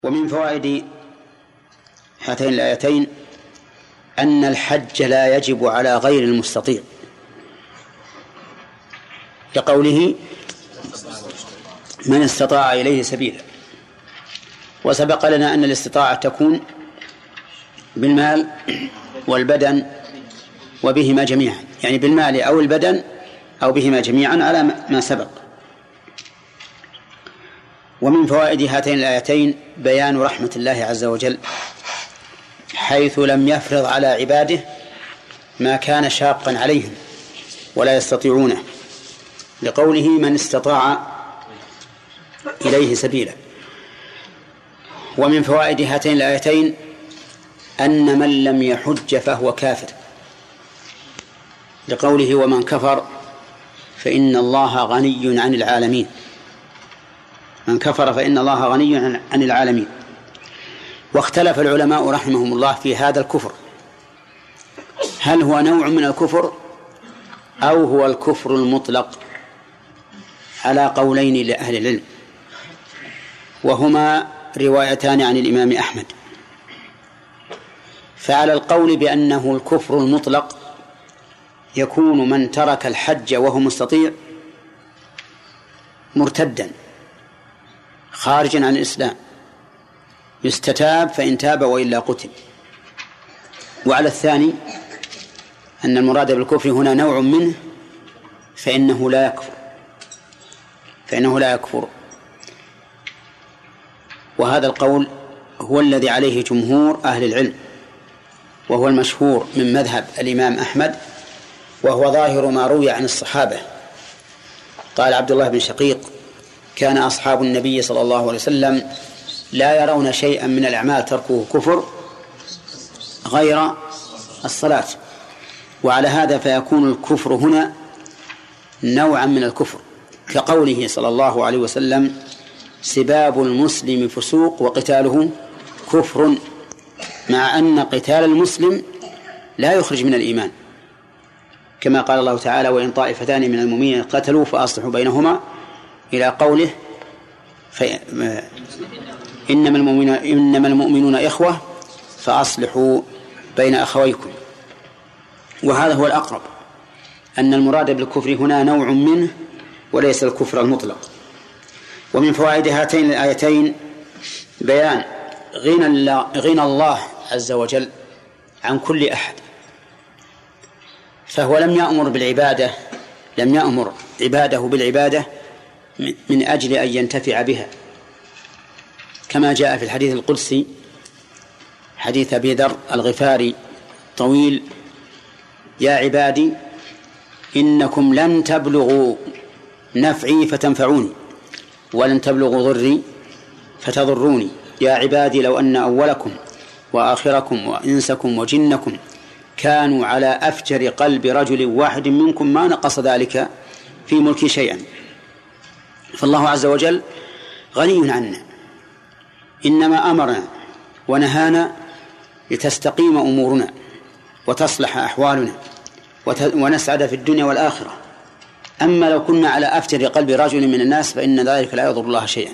ومن فوائد هاتين الآيتين أن الحج لا يجب على غير المستطيع، لقوله من استطاع إليه سبيلا. وسبق لنا أن الاستطاعة تكون بالمال والبدن وبهما جميعا، يعني بالمال أو البدن أو بهما جميعا على ما سبق. ومن فوائد هاتين الآيتين بيان رحمة الله عز وجل، حيث لم يفرض على عباده ما كان شاقا عليهم ولا يستطيعونه، لقوله من استطاع إليه سبيلا. ومن فوائد هاتين الآيتين أن من لم يحج فهو كافر، لقوله ومن كفر فإن الله غني عن العالمين. من كفر فإن الله غني عن العالمين. واختلف العلماء رحمهم الله في هذا الكفر، هل هو نوع من الكفر أو هو الكفر المطلق، على قولين لأهل العلم، وهما روايتان عن الإمام أحمد. فعلى القول بأنه الكفر المطلق يكون من ترك الحج وهو مستطيع مرتدا خارجا عن الإسلام، يستتاب فإن تاب وإلا قتل. وعلى الثاني أن المراد بالكفر هنا نوع منه فإنه لا يكفر. وهذا القول هو الذي عليه جمهور أهل العلم، وهو المشهور من مذهب الإمام أحمد، وهو ظاهر ما روي عن الصحابة. قال عبد الله بن شقيق كان أصحاب النبي صلى الله عليه وسلم لا يرون شيئا من الأعمال تركه كفر غير الصلاة. وعلى هذا فيكون الكفر هنا نوعا من الكفر، كقوله صلى الله عليه وسلم سباب المسلم فسوق وقتاله كفر، مع أن قتال المسلم لا يخرج من الإيمان، كما قال الله تعالى وإن طائفتان من المؤمنين قتلوا فأصلحوا بينهما، إلى قوله إنما المؤمنون إخوة فأصلحوا بين أخويكم. وهذا هو الأقرب، أن المراد بالكفر هنا نوع منه وليس الكفر المطلق. ومن فوائد هاتين الآيتين بيان غنى الله عز وجل عن كل أحد، فهو لم يأمر عباده بالعبادة من أجل أن ينتفع بها، كما جاء في الحديث القدسي حديث أبي ذر الغفاري طويل: يا عبادي إنكم لن تبلغوا نفعي فتنفعوني ولن تبلغوا ضري فتضروني. يا عبادي لو أن أولكم وآخركم وإنسكم وجنكم كانوا على أفجر قلب رجل واحد منكم ما نقص ذلك في ملكي شيئا. فالله عز وجل غني عنا، إنما أمرنا ونهانا لتستقيم أمورنا وتصلح أحوالنا ونسعد في الدنيا والآخرة. أما لو كنا على أفتر قلب رجل من الناس فإن ذلك لا يضر الله شيئا.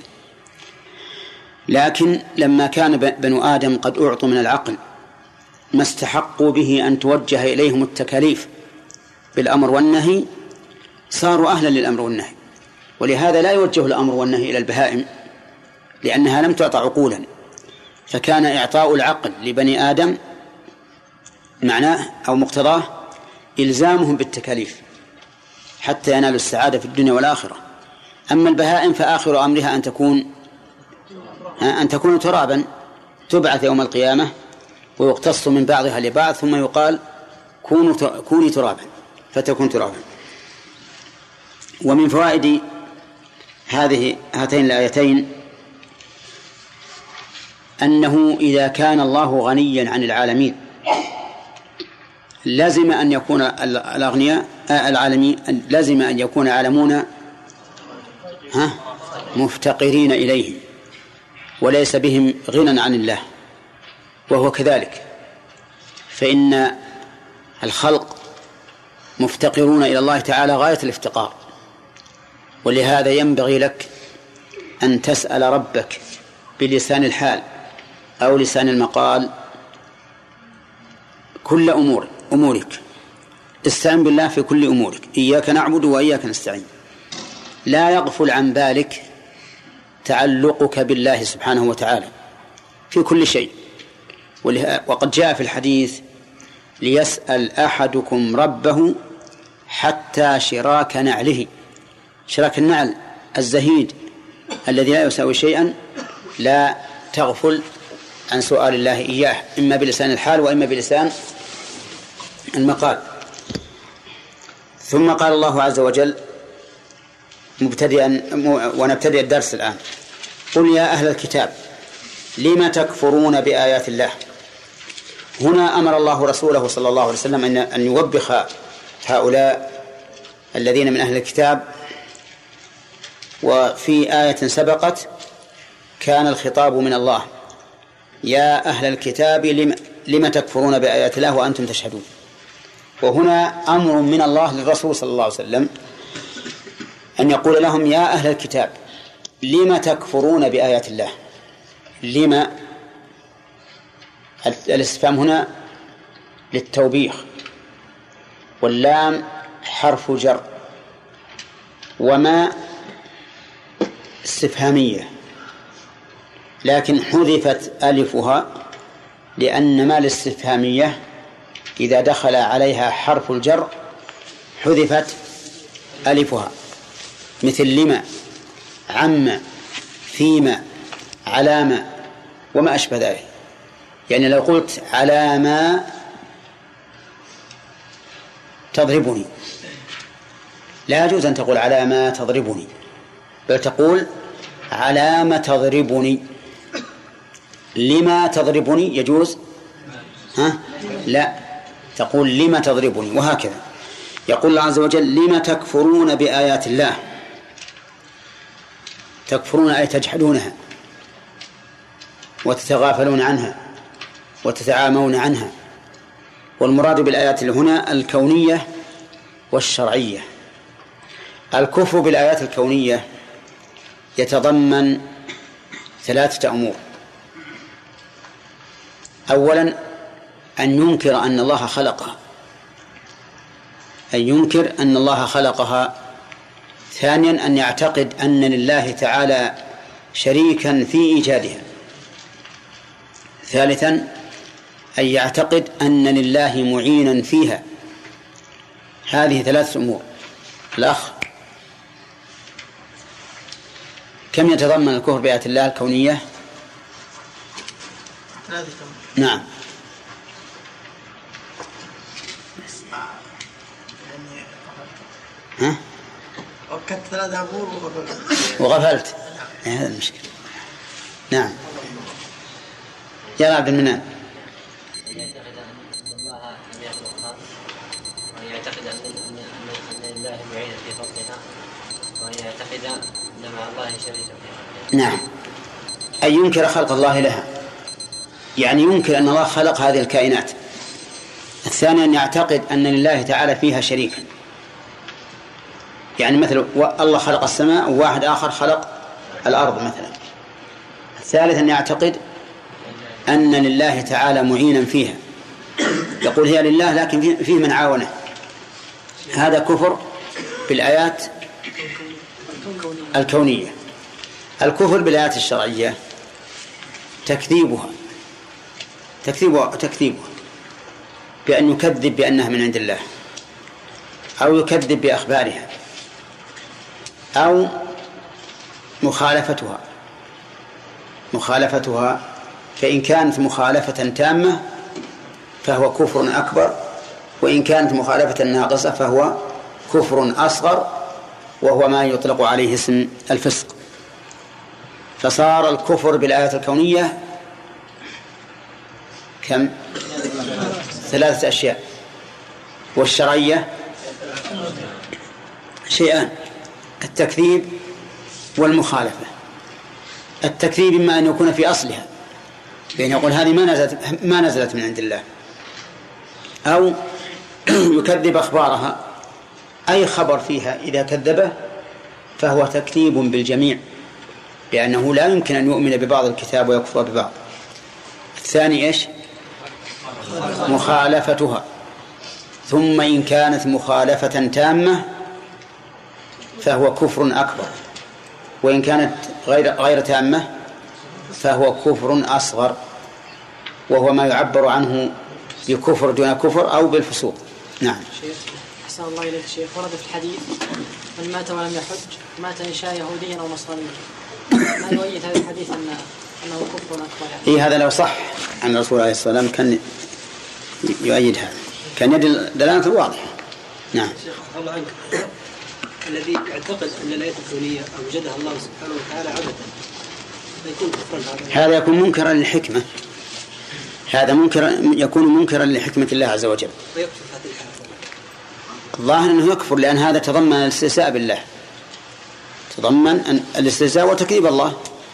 لكن لما كان بنو آدم قد أعطوا من العقل ما استحقوا به أن توجه إليهم التكاليف بالأمر والنهي، صاروا أهلا للأمر والنهي. ولهذا لا يوجه الأمر والنهي إلى البهائم، لأنها لم تعطى عقولا، فكان إعطاء العقل لبني آدم معناه أو مقتضاه إلزامهم بالتكاليف حتى ينالوا السعادة في الدنيا والآخرة. أما البهائم فآخر أمرها أن تكون ترابا، تبعث يوم القيامة ويقتص من بعضها لبعض، ثم يقال كوني ترابا فتكون ترابا. ومن فوائد هاتين الآيتين أنه إذا كان الله غنيا عن العالمين لازم أن يكون العالمين لازم أن يكون العالمون مفتقرين إليه، وليس بهم غنى عن الله. وهو كذلك، فإن الخلق مفتقرون إلى الله تعالى غاية الافتقار. ولهذا ينبغي لك أن تسأل ربك بلسان الحال أو لسان المقال كل أمورك، استعن بالله في كل أمورك، إياك نعبد وإياك نستعين. لا يغفل عن ذلك تعلقك بالله سبحانه وتعالى في كل شيء. وقد جاء في الحديث: ليسأل أحدكم ربه حتى شراك نعله. شراك النعل الزهيد الذي لا يساوي شيئا لا تغفل عن سؤال الله إياه، إما بلسان الحال وإما بلسان المقال. ثم قال الله عز وجل مبتدئا، ونبتدئ الدرس الآن: قل يا أهل الكتاب لم تكفرون بآيات الله. هنا أمر الله رسوله صلى الله عليه وسلم أن يوبخ هؤلاء الذين من أهل الكتاب. وفي آية سبقت كان الخطاب من الله: يا أهل الكتاب لم تكفرون بآيات الله وأنتم تشهدون. وهنا أمر من الله للرسول صلى الله عليه وسلم أن يقول لهم: يا أهل الكتاب لم تكفرون بآيات الله. لم الاستفهام هنا للتوبيخ، واللام حرف جر، وما استفهامية، لكن حذفت ألفها لأن ما الاستفهامية إذا دخل عليها حرف الجر حذفت ألفها، مثل لما، عم، فيما، علامة وما أشبه ذلك. يعني لو قلت على ما تضربني لا يجوز أن تقول على ما تضربني، بل تقول على ما تضربني. لما تضربني يجوز؟ لا، تقول لما تضربني. وهكذا يقول الله عز وجل: لما تكفرون بآيات الله. تكفرون أي تجحدونها وتتغافلون عنها وتتعامون عنها. والمراد بالآيات هنا الكونية والشرعية. الكفر بالآيات الكونية يتضمن 3 أمور: أولا أن ينكر أن الله خلقها، أن ينكر أن الله خلقها. ثانيا أن يعتقد أن لله تعالى شريكا في إيجادها. ثالثا أن يعتقد أن لله معينا فيها. هذه 3 أمور. الأخ، كم يتضمن الكفر بآيات الله الكونية؟ 3. نعم. ها؟ وكت 3 أمور وغفلت. هذا المشكلة. نعم. يا عبد المنان. يعتقد أن الله لم يخلقها، ويعتقد أن لله معين في خلقها، ويعتقد أن مع الله شريكا فيها. نعم، أي ينكر خلق الله لها، يعني ينكر أن الله خلق هذه الكائنات. الثاني أن يعتقد أن لله تعالى فيها شريكا، يعني مثل الله خلق السماء وواحد آخر خلق الأرض مثلا. الثالث أن يعتقد أن لله تعالى معينا فيها، يقول هي لله لكن فيه من عاونه. هذا كفر بالآيات الكونية. الكفر بالآيات الشرعية تكذيبها بأن يكذب بأنها من عند الله، أو يكذب بأخبارها، أو مخالفتها. فإن كانت مخالفة تامة فهو كفر أكبر، وإن كانت مخالفة ناقصة فهو كفر أصغر، وهو ما يطلق عليه اسم الفسق. فصار الكفر بالآيات الكونية كم؟ 3 أشياء. والشرعية شيئان: التكذيب والمخالفة. التكذيب إما أن يكون في أصلها، بأن يقول هذه ما نزلت من عند الله، أو يكذب أخبارها، أي خبر فيها إذا كذبه فهو تكذيب بالجميع، لأنه لا يمكن أن يؤمن ببعض الكتاب ويكفر ببعض. الثاني إيش؟ مخالفتها. ثم إن كانت مخالفة تامة فهو كفر أكبر، وإن كانت غير تامة فهو كفر أصغر، وهو ما يعبر عنه بكفر دون كفر أو بالفسوق. نعم. شيخ أحسن الله إليك شيخ، ورد في الحديث من مات ولم يحج مات إن شاء يهوديا أو نصرانيا، ما يؤيد هذا الحديث أنه كفر أكبر يعني؟ إيه هذا لو صح عن الرسول عليه الصلاة والسلام كان يؤيد هذا، كان يدل دلالة واضحة. نعم. شيخ الله عنك، الذي يعتقد أن الآية الكونية أوجدها الله سبحانه وتعالى عبثا فيكون كفرا، هذا يكون منكرا للحكمة، هذا يكون منكرا لحكمة الله عز وجل. الظاهر أنه يكفر، لأن هذا تضمن الاستهزاء بالله، تضمن الاستهزاء وتكذيب الله.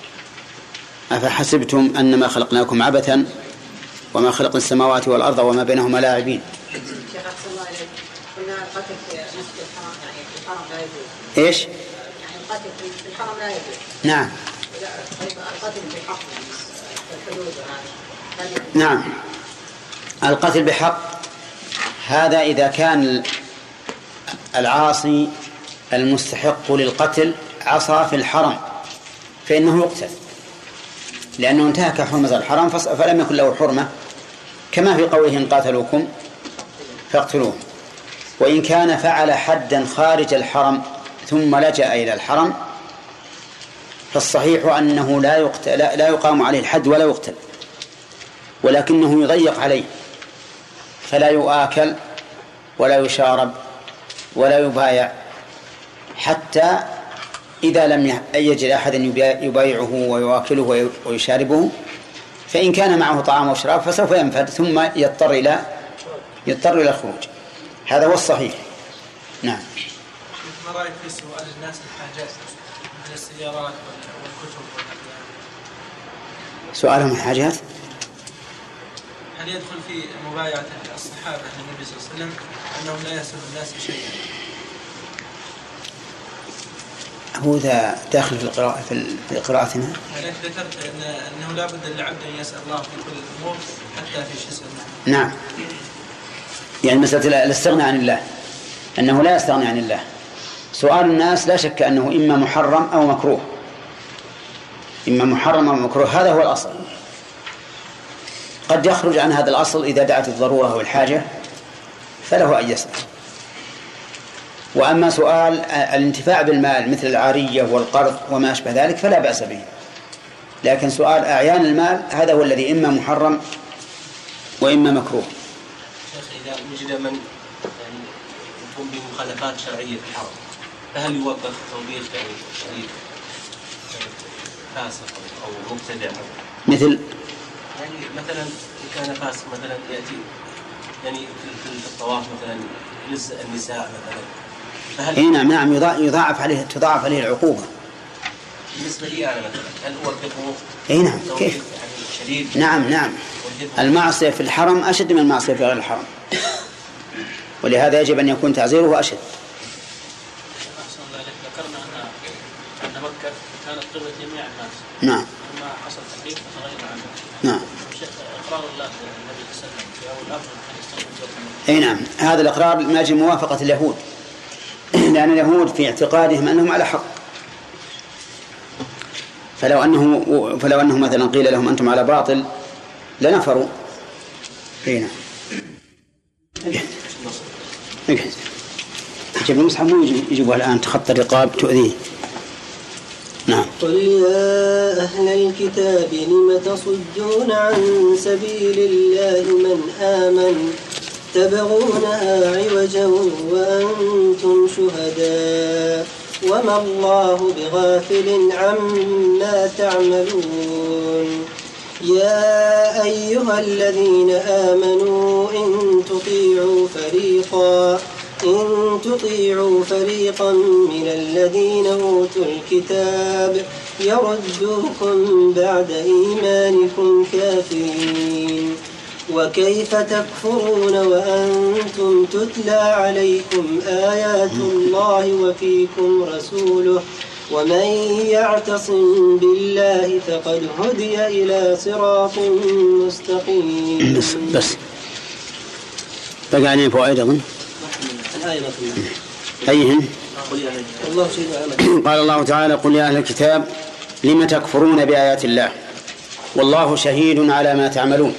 أفحسبتم أنما خلقناكم عبثا وما خلقنا السماوات والأرض وما بينهما لاعبين. شيخ أحسن الله إليك، قلنا القتل في مسجد الحرام يعني في الحرم لا يجوز. إيش؟ يعني القتل في الحرم لا يجوز. نعم. القتل في الحق الحدود نعم. القتل بحق هذا إذا كان العاصي المستحق للقتل عصى في الحرم فإنه يقتل، لأنه انتهك حرمة الحرم فلم يكن له حرمة، كما في قوله إن قاتلوكم فاقتلوه. وإن كان فعل حدا خارج الحرم ثم لجأ إلى الحرم فالصحيح أنه لا يقام عليه الحد ولا يقتل، ولكنه يضيق عليه، فلا يؤكل ولا يشارب ولا يبايع، حتى إذا لم يجد أحد يبايعه ويؤكله ويشاربه، فإن كان معه طعام وشراب فسوف ينفد ثم يضطر إلى الخروج. هذا هو الصحيح. نعم. ما رأيك في سؤال الناس الحاجات مثل السيارات والكتب والأقلام؟ سؤالهم الحاجات هل يدخل في مبايعة الصحابة للنبي صلى الله عليه وسلم أنهم لا يسألون الناس شيئا؟ هو ذا داخل في قراءتنا. يعني ذكرت أنه لا بد للعبد أن يسأل الله في كل الأمور حتى في شيء. نعم. يعني مسألة الاستغناء عن الله، أنه لا يستغني عن الله. سؤال الناس لا شك أنه إما محرم أو مكروه، إما محرم أو مكروه، هذا هو الأصل. قد يخرج عن هذا الأصل إذا دعت الضرورة والحاجة فله أن يسأل. وأما سؤال الانتفاع بالمال مثل العارية والقرض وما أشبه ذلك فلا بأس به، لكن سؤال أعيان المال هذا هو الذي إما محرم وإما مكروه. شيخ إذا وجد من يقوم بمخالفات شرعية في الحرم فهل يوقف توبيخ شديد فاسق أو مبتدع؟ مثل يعني مثلا إن كان فاسق مثلا يأتي يعني في الطواف مثلا يلز النساء مثلا، فهل نعم تضاعف عليه العقوبة. بالنسبة لي أنا مثلا هل أوقفه؟ نعم. كيف؟ يعني شديد. نعم. المعصية في الحرم أشد من المعصية في غير الحرم، ولهذا يجب أن يكون تعزيره أشد. ذكرنا أن مكة كانت قبلة جميع الناس. نعم. لما حصل تحريف فتغير عنه. نعم. إقرار الله النبي صلى الله عليه وسلم في أول الأمر نعم. هذا الإقرار من أجل موافقة اليهود، لأن اليهود في اعتقادهم أنهم على حق، فلو أنه مثلا قيل لهم أنتم على باطل لنفروا. نعم. يجب المصحف مو يجيبها الآن تخطى الرقاب تؤذيه. نعم. قل يا أهل الكتاب لم تصدون عن سبيل الله من آمن تبغونها عوجا وأنتم شهداء وما الله بغافل عما تعملون. يا أيها الذين آمنوا إن تطيعوا فريقا من الذين أوتوا الكتاب يردوكم بعد إيمانكم كافرين. وكيف تكفرون وأنتم تتلى عليكم آيات الله وفيكم رسوله ومن يعتصم بالله فقد هدي إلى صراط مستقيم. بس بقى عليه فوائد أظن. أيهن؟ قال الله تعالى: قل يا أهل الكتاب لم تكفرون بآيات الله والله شهيد على ما تعملون.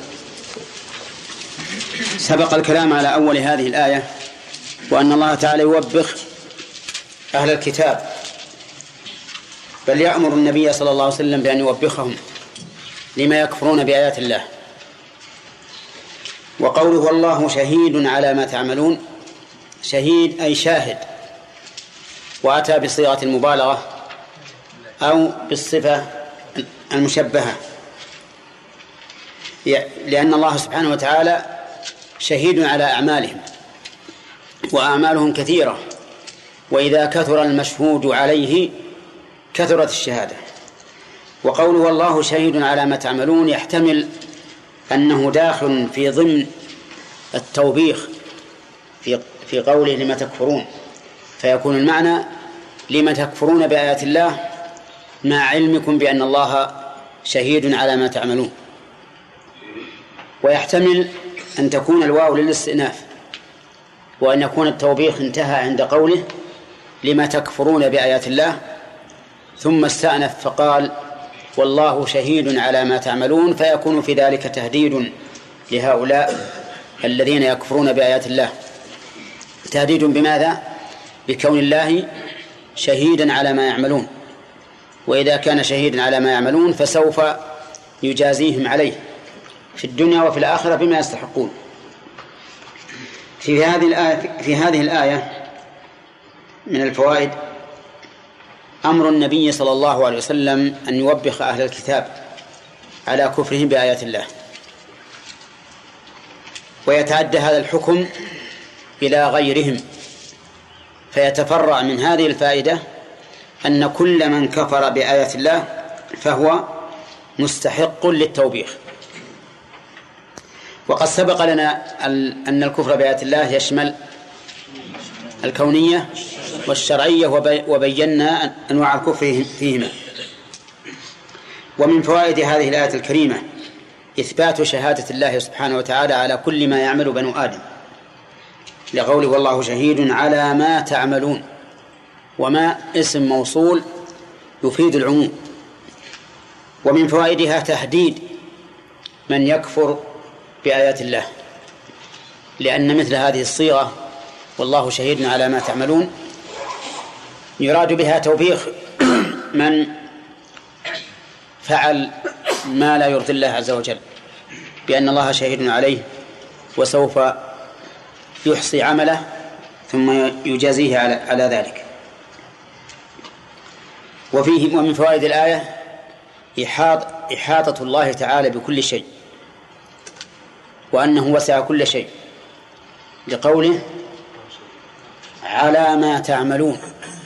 سبق الكلام على أول هذه الآية وأن الله تعالى يوبخ أهل الكتاب، بل يأمر النبي صلى الله عليه وسلم بأن يوبخهم لما يكفرون بآيات الله. وقوله والله شهيد على ما تعملون، شهيد أي شاهد، وأتى بصيغة المبالغة أو بالصفة المشبهة، لأن الله سبحانه وتعالى شهيد على أعمالهم، وأعمالهم كثيرة، وإذا كثر المشهود عليه كثرت الشهادة. وقوله والله شهيد على ما تعملون يحتمل أنه داخل في ضمن التوبيخ في قوله لما تكفرون، فيكون المعنى لما تكفرون بآيات الله مع علمكم بأن الله شهيد على ما تعملون. ويحتمل أن تكون الواو للاستئناف، وأن يكون التوبيخ انتهى عند قوله لما تكفرون بآيات الله، ثم استأنف فقال والله شهيد على ما تعملون، فيكون في ذلك تهديد لهؤلاء الذين يكفرون بآيات الله. تهديد بماذا؟ بكون الله شهيدا على ما يعملون، وإذا كان شهيدا على ما يعملون فسوف يجازيهم عليه في الدنيا وفي الآخرة بما يستحقون. في هذه الآية من الفوائد أمر النبي صلى الله عليه وسلم أن يوبخ أهل الكتاب على كفرهم بآيات الله، ويتعدى هذا الحكم إلى غيرهم، فيتفرع من هذه الفائدة أن كل من كفر بآيات الله فهو مستحق للتوبيخ. وقد سبق لنا أن الكفر بآيات الله يشمل الكونية والشرعية، وبينا أنواع الكفر فيهما. ومن فوائد هذه الآية الكريمة إثبات شهادة الله سبحانه وتعالى على كل ما يعمل بنو آدم، لقوله والله شهيد على ما تعملون، وما اسم موصول يفيد العموم. ومن فوائدها تهديد من يكفر بآيات الله، لأن مثل هذه الصيغة والله شهيد على ما تعملون يراد بها توبيخ من فعل ما لا يرضي الله عز وجل، بأن الله شهيد عليه وسوف يحصي عمله ثم يجازيه على ذلك. ومن فوائد الآية إحاطة الله تعالى بكل شيء، وأنه وسع كل شيء، لقوله على ما تعملون.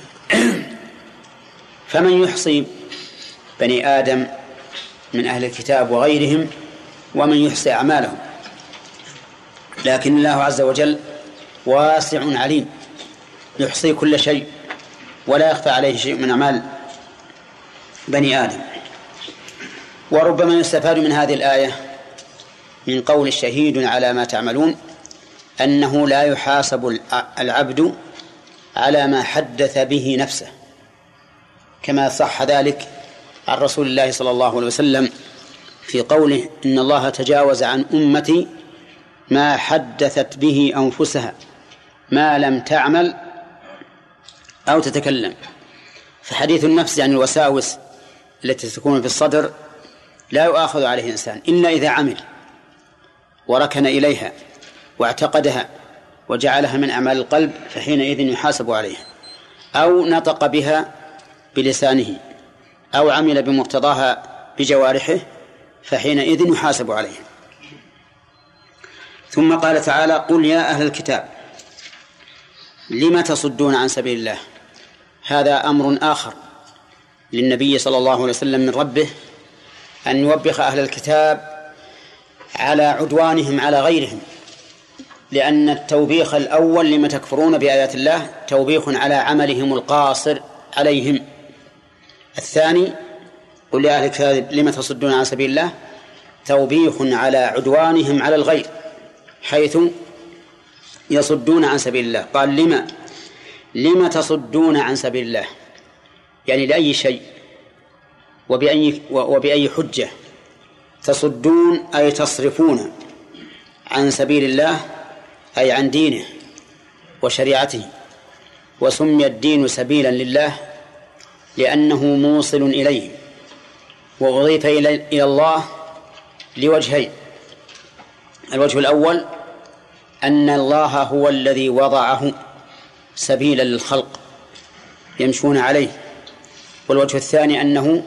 فمن يحصي بني آدم من أهل الكتاب وغيرهم ومن يحصي أعمالهم، لكن الله عز وجل واسع عليم يحصي كل شيء ولا يخفى عليه شيء من أعمال بني آدم. وربما يستفاد من هذه الآية من قول الشهيد على ما تعملون أنه لا يحاسب العبد على ما حدث به نفسه، كما صح ذلك عن رسول الله صلى الله عليه وسلم في قوله إن الله تجاوز عن أمتي ما حدثت به أنفسها ما لم تعمل أو تتكلم. فحديث النفس عن الوساوس التي تكون في الصدر لا يؤاخذ عليه الإنسان إلا إذا عمل وركن إليها واعتقدها وجعلها من أعمال القلب، فحينئذ يحاسب عليها، أو نطق بها بلسانه أو عمل بمقتضاها بجوارحه، فحينئذ يحاسب عليها. ثم قال تعالى قل يا أهل الكتاب لم تصدون عن سبيل الله. هذا أمر آخر للنبي صلى الله عليه وسلم من ربه أن يوبخ أهل الكتاب على عدوانهم على غيرهم، لأن التوبيخ الأول لما تكفرون بآيات الله توبيخ على عملهم القاصر عليهم الثاني قل يا أهل الكتاب لم تصدون عن سبيل الله توبيخ على عدوانهم على الغير حيث يصدون عن سبيل الله. قال لم تصدون عن سبيل الله، يعني لأي شيء وبأي حجة تصدون أي تصرفون عن سبيل الله أي عن دينه وشريعته. وسمي الدين سبيلا لله لأنه موصل إليه، وأضيف إلى الله لوجهين: الوجه الأول أن الله هو الذي وضعه سبيلا للخلق يمشون عليه، والوجه الثاني أنه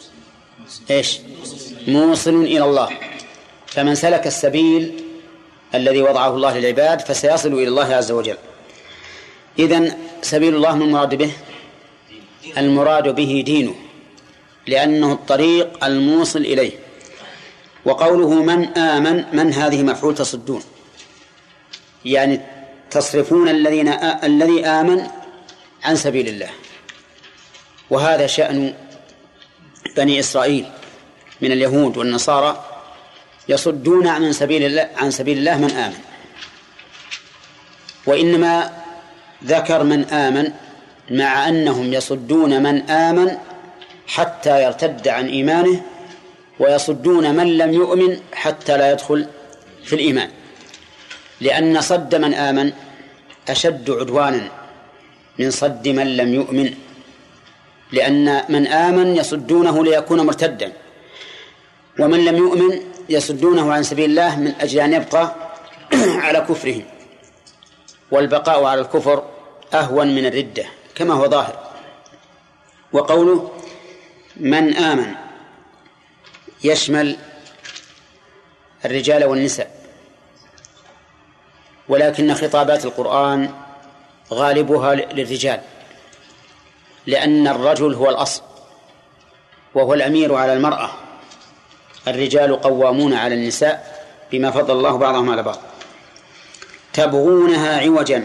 موصل إلى الله، فمن سلك السبيل الذي وضعه الله للعباد فسيصل إلى الله عز وجل. إذن سبيل الله من المراد به دينه، لأنه الطريق الموصل إليه. وقوله من آمن، من هذه مفعول تصدون، يعني تصرفون الذي آمن عن سبيل الله. وهذا شأن بني إسرائيل من اليهود والنصارى، يصدون عن سبيل الله من آمن. وإنما ذكر من آمن مع أنهم يصدون من آمن حتى يرتد عن إيمانه، ويصدون من لم يؤمن حتى لا يدخل في الإيمان، لأن صد من آمن أشد عدوانا من صد من لم يؤمن، لأن من آمن يصدونه ليكون مرتدا، ومن لم يؤمن يصدونه عن سبيل الله من أجل أن يبقى على كفره، والبقاء على الكفر أهون من الردة كما هو ظاهر. وقوله من آمن يشمل الرجال والنساء، ولكن خطابات القرآن غالبها للرجال، لأن الرجل هو الأصل وهو الأمير على المرأة. الرجال قوامون على النساء بما فضل الله بعضهم على بعض. تبغونها عوجا،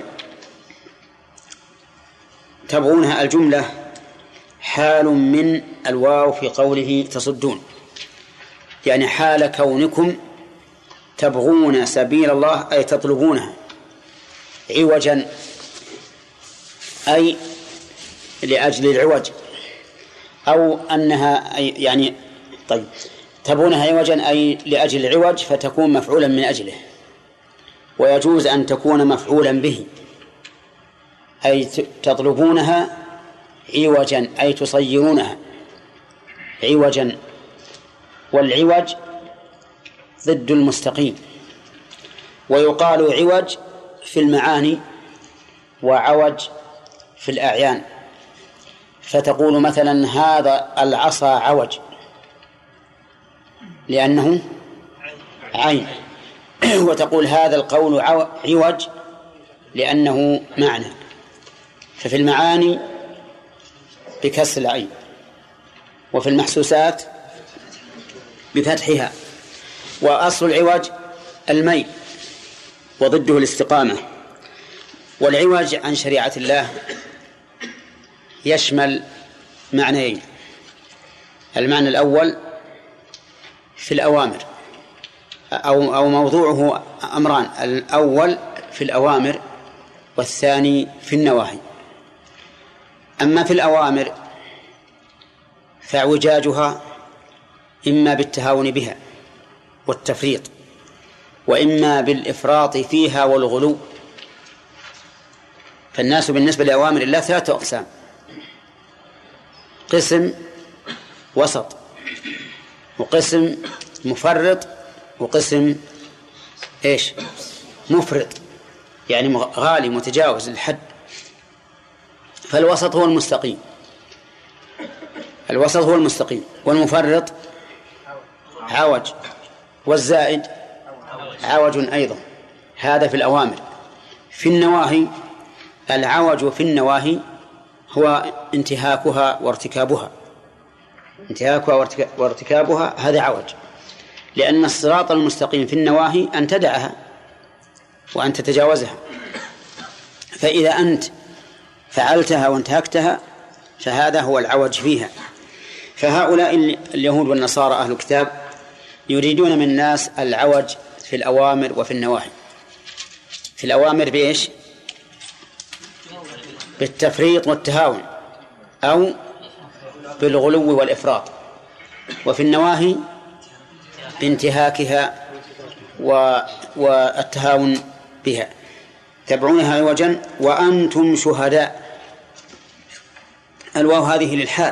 تبغونها الجملة حال من الواو في قوله تصدون، يعني حال كونكم تبغون سبيل الله أي تطلبونها، عوجا أي لأجل العوج، أو أنها يعني طيب تبغونها عوجا أي لأجل العوج فتكون مفعولا من أجله، ويجوز أن تكون مفعولا به، أي تطلبونها عوجا أي تصيرونها عوجا. والعوج ضد المستقيم، ويقال عوج في المعاني وعوج في الأعيان. فتقول مثلا هذا العصا عوج لأنه عين، وتقول هذا القول عوج لأنه معنى. ففي المعاني بكسر العين، وفي المحسوسات بفتحها. وأصل العوج الميل وضده الاستقامة. والعوج عن شريعة الله يشمل معنيين: المعنى الأول في الأوامر، أو موضوعه أمران: الأول في الأوامر والثاني في النواهي. أما في الأوامر فاعوجاجها إما بالتهاون بها والتفريط، وإما بالإفراط فيها والغلو. فالناس بالنسبة لأوامر الله 3 أقسام: قسم وسط، وقسم مفرط، وقسم مفرط، يعني غالي متجاوز الحد. فالوسط هو المستقيم، الوسط هو المستقيم، والمفرط عوج، والزائد عوج أيضا. هذا في الأوامر. في النواهي العوج في النواهي هو انتهاكها وارتكابها، انتهاكها وارتكابها هذا عوج، لأن الصراط المستقيم في النواهي أن تدعها وأن تتجاوزها. فإذا أنت فعلتها وانتهكتها فهذا هو العوج فيها. فهؤلاء اليهود والنصارى أهل الكتاب يريدون من الناس العوج في الأوامر وفي النواهي. في الأوامر بإيش؟ بالتفريط والتهاون أو بالغلو والإفراط، وفي النواهي بانتهاكها والتهاون بها. تبعونها عوجا وأنتم شهداء. الواو هذه للحال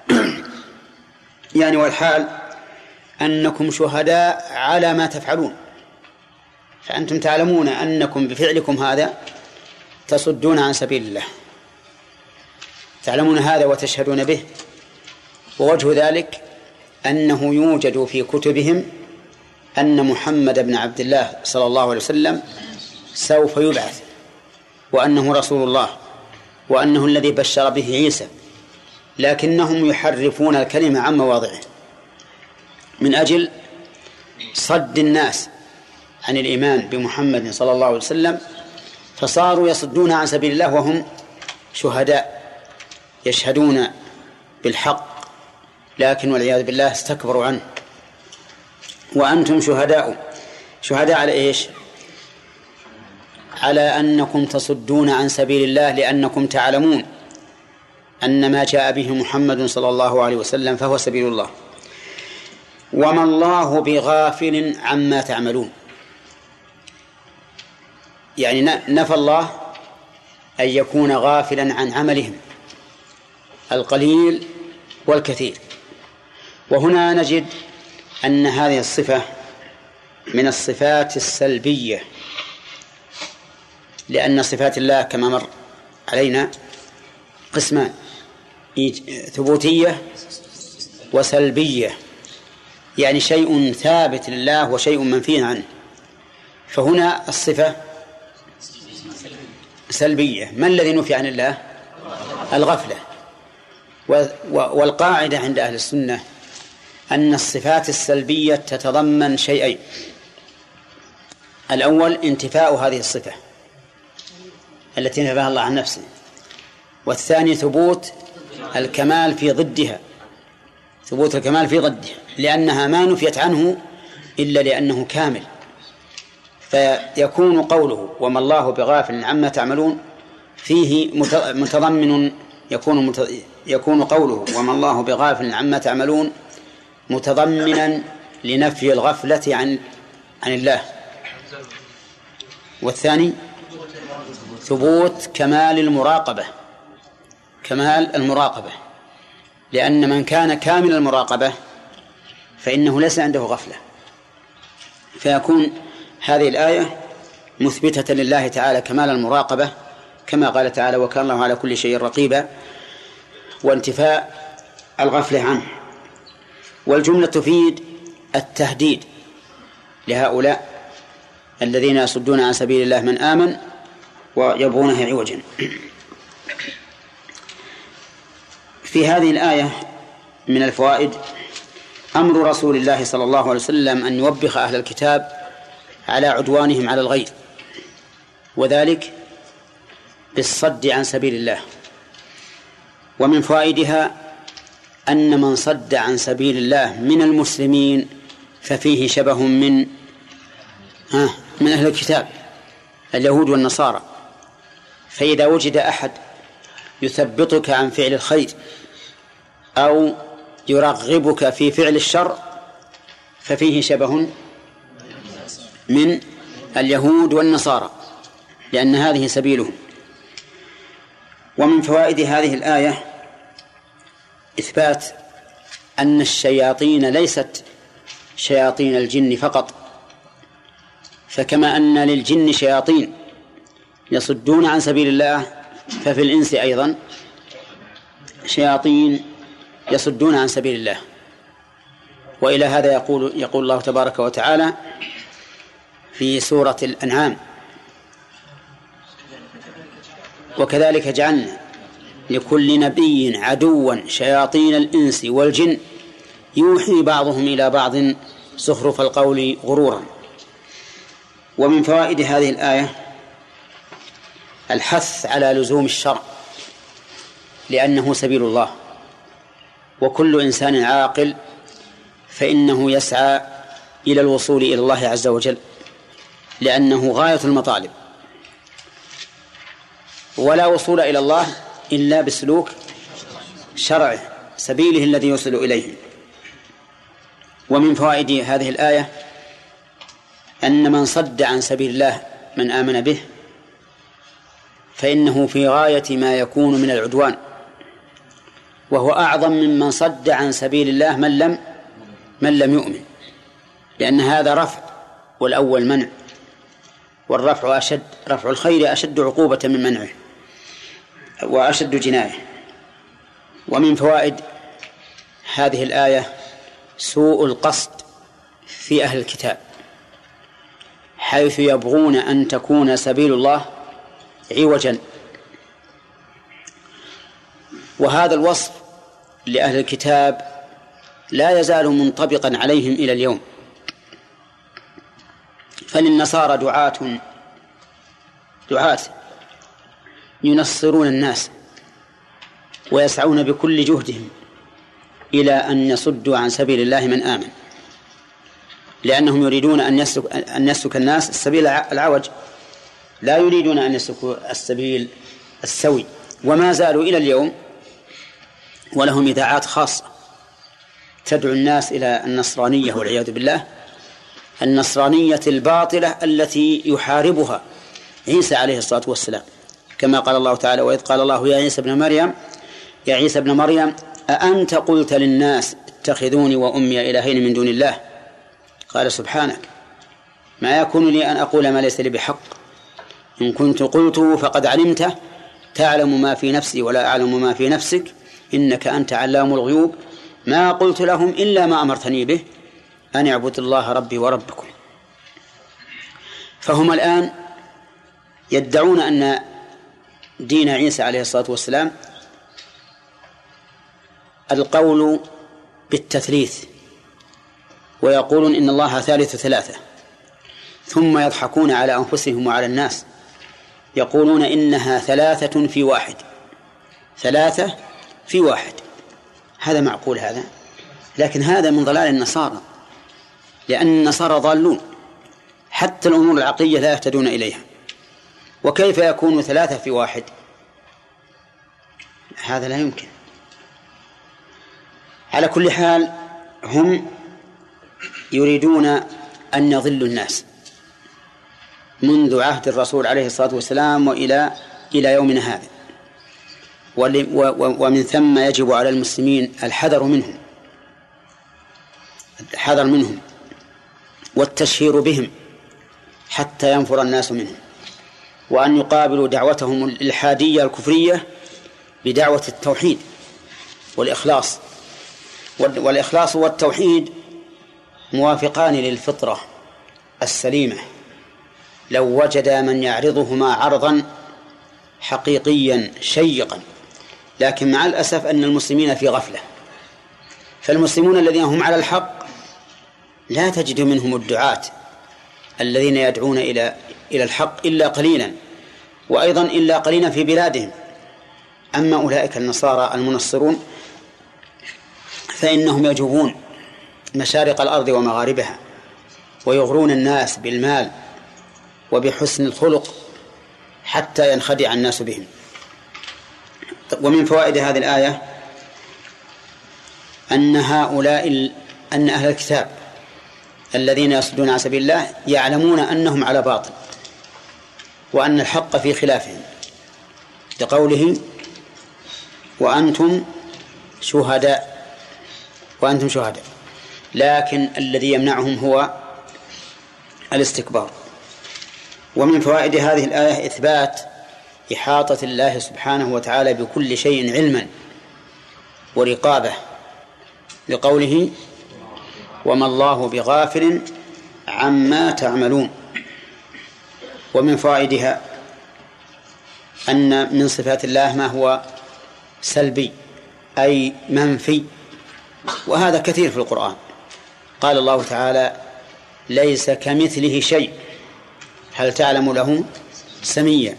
يعني والحال أنكم شهداء على ما تفعلون، فأنتم تعلمون أنكم بفعلكم هذا تصدون عن سبيل الله، تعلمون هذا وتشهدون به. ووجه ذلك أنه يوجد في كتبهم أن محمد بن عبد الله صلى الله عليه وسلم سوف يبعث، وأنه رسول الله، وأنه الذي بشر به عيسى، لكنهم يحرفون الكلمة عن مواضعه من أجل صد الناس عن الإيمان بمحمد صلى الله عليه وسلم، فصاروا يصدون عن سبيل الله وهم شهداء يشهدون بالحق، لكن والعياذ بالله استكبروا عنه. وأنتم شهداء على إيش؟ على أنكم تصدون عن سبيل الله، لأنكم تعلمون أن ما جاء به محمد صلى الله عليه وسلم فهو سبيل الله. وما الله بغافل عما تعملون، يعني نفى الله أن يكون غافلا عن عملهم القليل والكثير. وهنا نجد أن هذه الصفة من الصفات السلبية، لأن صفات الله كما مر علينا قسمان: ثبوتية وسلبية، يعني شيء ثابت لله وشيء منفي عنه. فهنا الصفة سلبية. ما الذي نفي عن الله؟ الغفلة. والقاعدة عند أهل السنة أن الصفات السلبية تتضمن شيئين: الأول انتفاء هذه الصفة التي نفاها الله عن نفسه، والثاني ثبوت الكمال في ضدها، ثبوت الكمال في ضدها، لأنها ما نفيت عنه إلا لأنه كامل. فيكون قوله وما الله بغافل عما تعملون فيه متضمن، يكون قوله وما الله بغافل عما تعملون متضمنا لنفي الغفلة عن الله، والثاني ثبوت كمال المراقبة، لأن من كان كامل المراقبة فإنه ليس عنده غفلة. فيكون هذه الآية مثبتة لله تعالى كمال المراقبة، كما قال تعالى وكان الله على كل شيء رقيبا، وانتفاء الغفلة عنه. والجملة تفيد التهديد لهؤلاء الذين يصدون عن سبيل الله من آمن ويبغونه عوجا. في هذه الآية من الفوائد أمر رسول الله صلى الله عليه وسلم أن يوبخ أهل الكتاب على عدوانهم على الغير، وذلك بالصد عن سبيل الله. ومن فوائدها أن من صد عن سبيل الله من المسلمين ففيه شبه من أهل الكتاب اليهود والنصارى. فإذا وجد أحد يثبطك عن فعل الخير أو يرغبك في فعل الشر ففيه شبه من اليهود والنصارى، لأن هذه سبيلهم. ومن فوائد هذه الآية إثبات أن الشياطين ليست شياطين الجن فقط، فكما أن للجن شياطين يصدون عن سبيل الله ففي الإنس أيضا شياطين يصدون عن سبيل الله. وإلى هذا يقول الله تبارك وتعالى في سورة الأنعام وكذلك جعلنا لكل نبي عدوا شياطين الإنس والجن يوحي بعضهم إلى بعض زخرف القول غرورا. ومن فوائد هذه الآية الحث على لزوم الشرع، لأنه سبيل الله، وكل إنسان عاقل فإنه يسعى إلى الوصول إلى الله عز وجل، لأنه غاية المطالب، ولا وصول إلى الله إلا بسلوك شرعه سبيله الذي يوصل إليه. ومن فوائد هذه الآية أن من صد عن سبيل الله من آمن به فإنه في غاية ما يكون من العدوان، وهو أعظم ممن صد عن سبيل الله من لم يؤمن، لأن هذا رفع والأول منع، والرفع أشد، رفع الخير أشد عقوبة من منعه وأشد جناية. ومن فوائد هذه الآية سوء القصد في أهل الكتاب، حيث يبغون أن تكون سبيل الله عوجا، وهذا الوصف لأهل الكتاب لا يزال منطبقا عليهم إلى اليوم. فللنصارى دعاة ينصرون الناس ويسعون بكل جهدهم إلى أن يصدوا عن سبيل الله من آمن، لأنهم يريدون أن يسلك الناس السبيل العوج، لا يريدون أن يسلكوا السبيل السوي. وما زالوا إلى اليوم ولهم إذاعات خاصة تدعو الناس إلى النصرانية والعياذ بالله، النصرانية الباطلة التي يحاربها عيسى عليه الصلاة والسلام، كما قال الله تعالى: وإذ قال الله يا عيسى ابن مريم أأنت قلت للناس اتخذوني وأمي إلهين من دون الله؟ قال سبحانك ما يكون لي أن أقول ما ليس لي بحق، إن كنت قلته فقد علمته، تعلم ما في نفسي ولا أعلم ما في نفسك، إنك أنت علام الغيوب، ما قلت لهم إلا ما أمرتني به أن اعبدوا الله ربي وربكم. فهم الآن يدعون أن دين عيسى عليه الصلاة والسلام القول بالتثليث، ويقولون إن الله ثالث ثلاثة، ثم يضحكون على أنفسهم وعلى الناس، يقولون إنها ثلاثة في واحد، ثلاثة في واحد. هذا معقول هذا؟ لكن هذا من ضلال النصارى، لأن النصارى ضالون، حتى الأمور العقلية لا يهتدون إليها، وكيف يكون ثلاثة في واحد؟ هذا لا يمكن. على كل حال هم يريدون أن يضلوا الناس منذ عهد الرسول عليه الصلاة والسلام وإلى يومنا هذا، ومن ثم يجب على المسلمين الحذر منهم والتشهير بهم حتى ينفر الناس منهم، وأن يقابلوا دعوتهم الإلحادية الكفرية بدعوة التوحيد والإخلاص. والإخلاص والتوحيد موافقان للفطرة السليمة لو وجد من يعرضهما عرضا حقيقيا شيقا، لكن مع الأسف أن المسلمين في غفلة. فالمسلمون الذين هم على الحق لا تجد منهم الدعاة الذين يدعون إلى الحق إلا قليلا، وأيضا إلا قليلا في بلادهم. أما أولئك النصارى المنصرون فإنهم يجوبون مشارق الأرض ومغاربها، ويغرون الناس بالمال وبحسن الخلق حتى ينخدع الناس بهم. ومن فوائد هذه الآية أن أهل الكتاب الذين يصدون عن سبيل الله يعلمون أنهم على باطل، وأن الحق في خلافهم، لقوله وأنتم شهداء، لكن الذي يمنعهم هو الاستكبار. ومن فوائد هذه الآية إثبات إحاطة الله سبحانه وتعالى بكل شيء علما ورقابة، لقوله وما الله بغافل عما تعملون. ومن فوائدها أن من صفات الله ما هو سلبي أي منفي، وهذا كثير في القرآن. قال الله تعالى ليس كمثله شيء هل تعلم له سميا.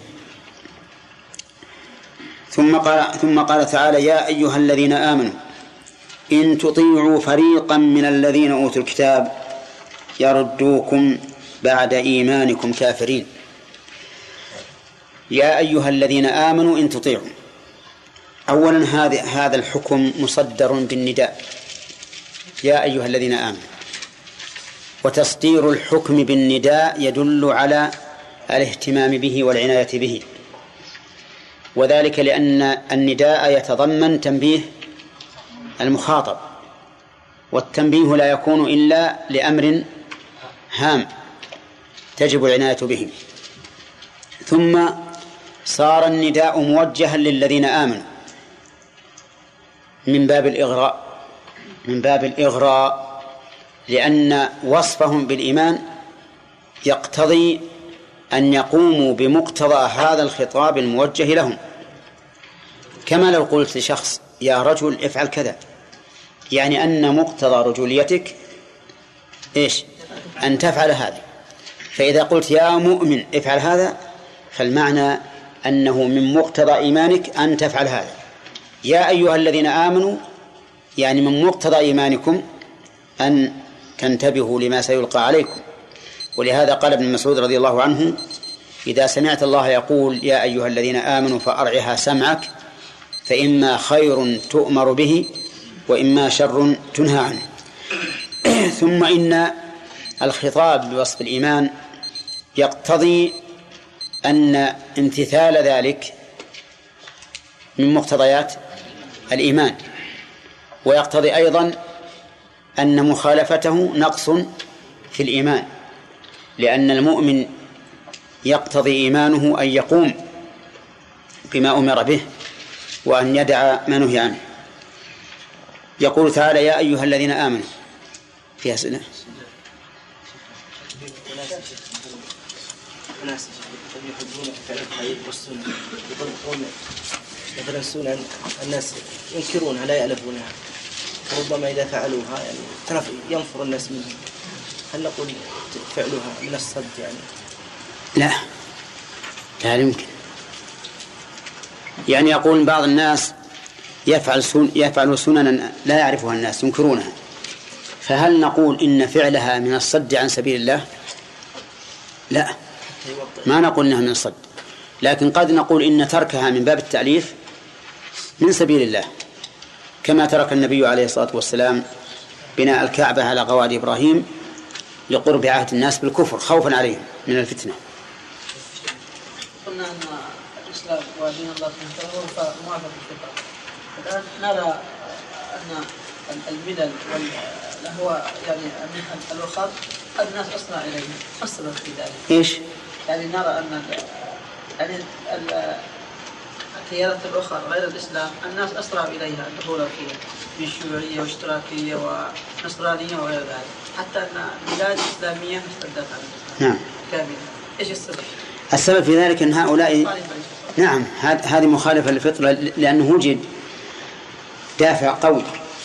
ثم قال تعالى يا أيها الذين آمنوا إن تطيعوا فريقا من الذين أوتوا الكتاب يردوكم بعد إيمانكم كافرين. يا أيها الذين آمنوا إن تطيعوا، أولا هذا الحكم مصدر بالنداء، يا أيها الذين آمنوا، وتصدير الحكم بالنداء يدل على الاهتمام به والعناية به، وذلك لأن النداء يتضمن تنبيه المخاطب، والتنبيه لا يكون إلا لأمر هام تجب العناية به. ثم صار النداء موجها للذين آمنوا من باب الإغراء، لأن وصفهم بالإيمان يقتضي أن يقوموا بمقتضى هذا الخطاب الموجه لهم، كما لو قلت لشخص يا رجل افعل كذا، يعني أن مقتضى رجوليتك إيش؟ أن تفعل هذا. فإذا قلت يا مؤمن افعل هذا، فالمعنى أنه من مقتضى إيمانك أن تفعل هذا. يا أيها الذين آمنوا يعني من مقتضى إيمانكم أن تنتبهوا لما سيلقى عليكم. ولهذا قال ابن مسعود رضي الله عنه: إذا سمعت الله يقول يا أيها الذين آمنوا فأرعها سمعك، فإما خير تؤمر به وإما شر تنهى عنه. ثم إن الخطاب بوصف الإيمان يقتضي أن امتثال ذلك من مقتضيات الإيمان، ويقتضي أيضا أن مخالفته نقص في الإيمان، لأن المؤمن يقتضي إيمانه أن يقوم بما أمر به وأن يدع ما نهي عنه. يقول تعالى: يا أيها الذين آمنوا. فيها سنة الناس يحبون فعل الخير والسنة، يطبقون مثلا السنن، الناس ينكرونها لا يألفونها، ربما إذا فعلوها يعني ينفر الناس منها. هل نقول فعلها من الصد يعني؟ لا يمكن. يعني يقول بعض الناس يفعل سننا لا يعرفها الناس ينكرونها، فهل نقول إن فعلها من الصد عن سبيل الله؟ لا، ما نقول إنها من الصد، لكن قد نقول إن تركها من باب التأليف من سبيل الله، كما ترك النبي عليه الصلاة والسلام بناء الكعبة على قواعد إبراهيم لقرب عهد الناس بالكفر خوفا عليهم من الفتنة. قلنا أن الإسلام ودين الله سبحانه وتعالى موافق الفطرة. الآن نرى أن الملل هو يعني الوخر الناس أسرع إليه، ما السبب في ذلك؟ إيش؟ يعني نرى أن يعني التيارات الأخرى غير الإسلام الناس أسرع إليها الدخول فيها من الشيوعية واشتراكية ونصرانية وغير ذلك، حتى أن البلاد الإسلامية استبدت عن الإسلام كاملة. إيش السبب؟ السبب في ذلك أن هؤلاء نعم هذه مخالفة للفطرة، لأنه وجد دافع قوي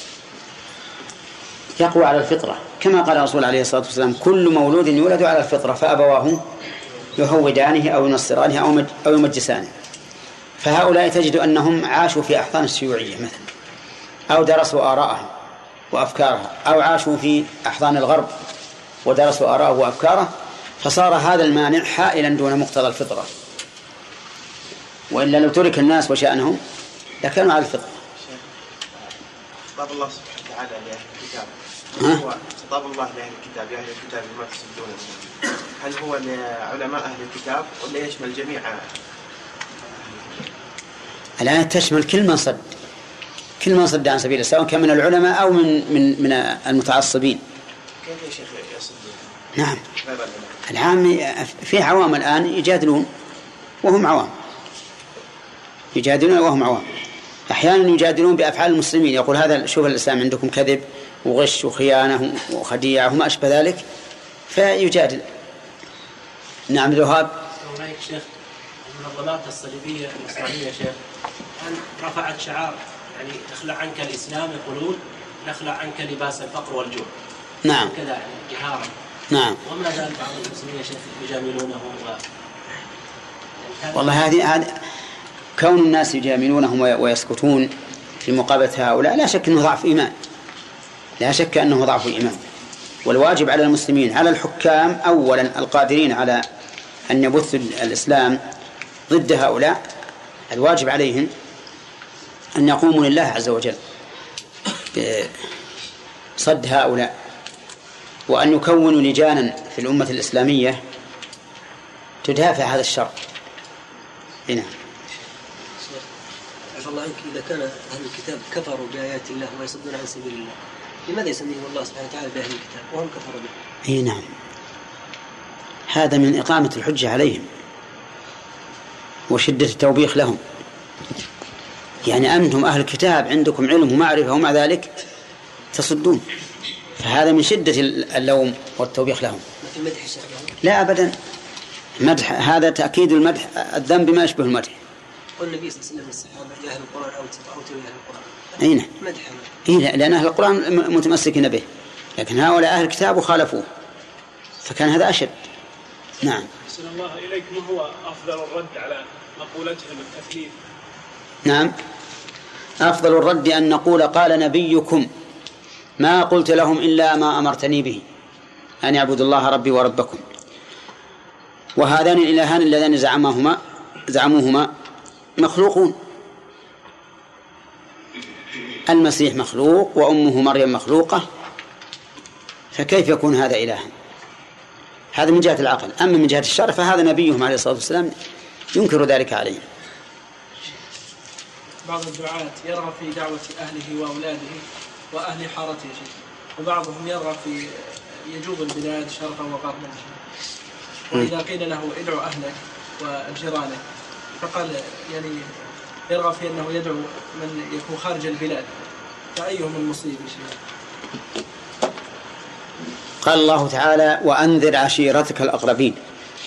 يقوى على الفطرة، كما قال الرسول عليه الصلاة والسلام: كل مولود يولد على الفطرة فأبواه يهودانه أو ينصرانه أو يمجسانه. فهؤلاء تجد أنهم عاشوا في أحضان الشيوعية مثلا، أو درسوا آراءهم وأفكارها، أو عاشوا في أحضان الغرب ودرسوا آراءه وأفكاره، فصار هذا المانع حائلا دون مقتضى الفطرة، وإلا لو ترك الناس وشأنهم لكانوا على الفطرة. خطاب الله سبحانه وتعالى لأهل الكتاب، هو خطاب الله لأهل الكتاب يا أهل الكتاب بما تسدون، هل هو لعلماء أهل الكتاب ولا يشمل جميع؟ الآن تشمل كل من صد عن سبيل الله، سواء كان من العلماء أو من المتعصبين. كيف يا شيخ يصدون؟ نعم، العام في عوام الآن يجادلون وهم عوام، أحيانا يجادلون بأفعال المسلمين، يقول هذا شوف الإسلام عندكم كذب وغش وخيانة وخديعة وما أشبه ذلك، فيجادل. نعم الوهاب. هناك شيخ المنظمات الصليبية النصرانية شيخ رفعت شعار يعني اخلع عنك الإسلام، يقولون نخلع عنك لباس الفقر والجوع. نعم. كذا يعني جهارا. نعم. وما زال بعض المسلمين شيخ يجاملونه والله هذه كون الناس يجاملونهم ويسكتون في مقابلة هؤلاء لا شك أنه ضعف إيمان، لا شك أنه ضعف الإيمان. والواجب على المسلمين على الحكام أولا القادرين على أن يبثوا الإسلام ضد هؤلاء، الواجب عليهم أن يقوموا لله عز وجل بصد هؤلاء، وأن يكونوا لجانا في الأمة الإسلامية تدافع هذا الشر. هنا عفى الله عنك، إذا كان أهل الكتاب كفروا بآيات الله ويصدون عن سبيل الله، لماذا يسميهم الله سبحانه وتعالى بأهل الكتاب وهم كفروا به؟ أي نعم، هذا من إقامة الحجة عليهم وشدة التوبيخ لهم. يعني أنتم أهل الكتاب عندكم علم ومعرفة ومع ذلك تصدون، فهذا من شدة اللوم والتوبيخ لهم. لا أبدا، مدح هذا تأكيد المدح، الذنب ما يشبه المدح. والنبي صلى الله عليه وسلم الصحابة يا أهل القرآن أو تبعوا أهل القرآن. أي نعم، مدح لأن أهل القرآن متمسكين به، لكن هؤلاء أهل الكتاب وخالفوه، فكان هذا أشد. نعم. أحسن الله إليك، ما هو أفضل الرد على مقولتهم التثليث؟ نعم، أفضل الرد أن نقول قال نبيكم ما قلت لهم إلا ما أمرتني به أن يعبدوا الله ربي وربكم. وهذان الإلهان اللذان زعموهما مخلوقون، المسيح مخلوق وأمه مريم مخلوقة، فكيف يكون هذا إلها؟ هذا من جهة العقل. أما من جهة الشرع فهذا نبيهم عليه الصلاة والسلام ينكر ذلك عليه. بعض الدعاة يرغب في دعوة أهله وأولاده وأهل حارته، وبعضهم يرغب في يجوب البلاد شرقا وغربا، وإذا قيل له ادعو أهلك وجيرانك فقال يعني يرغب في أنه يدعو من يكون خارج البلاد، فأيهم المصيب؟ قال الله تعالى وأنذر عشيرتك الأقربين،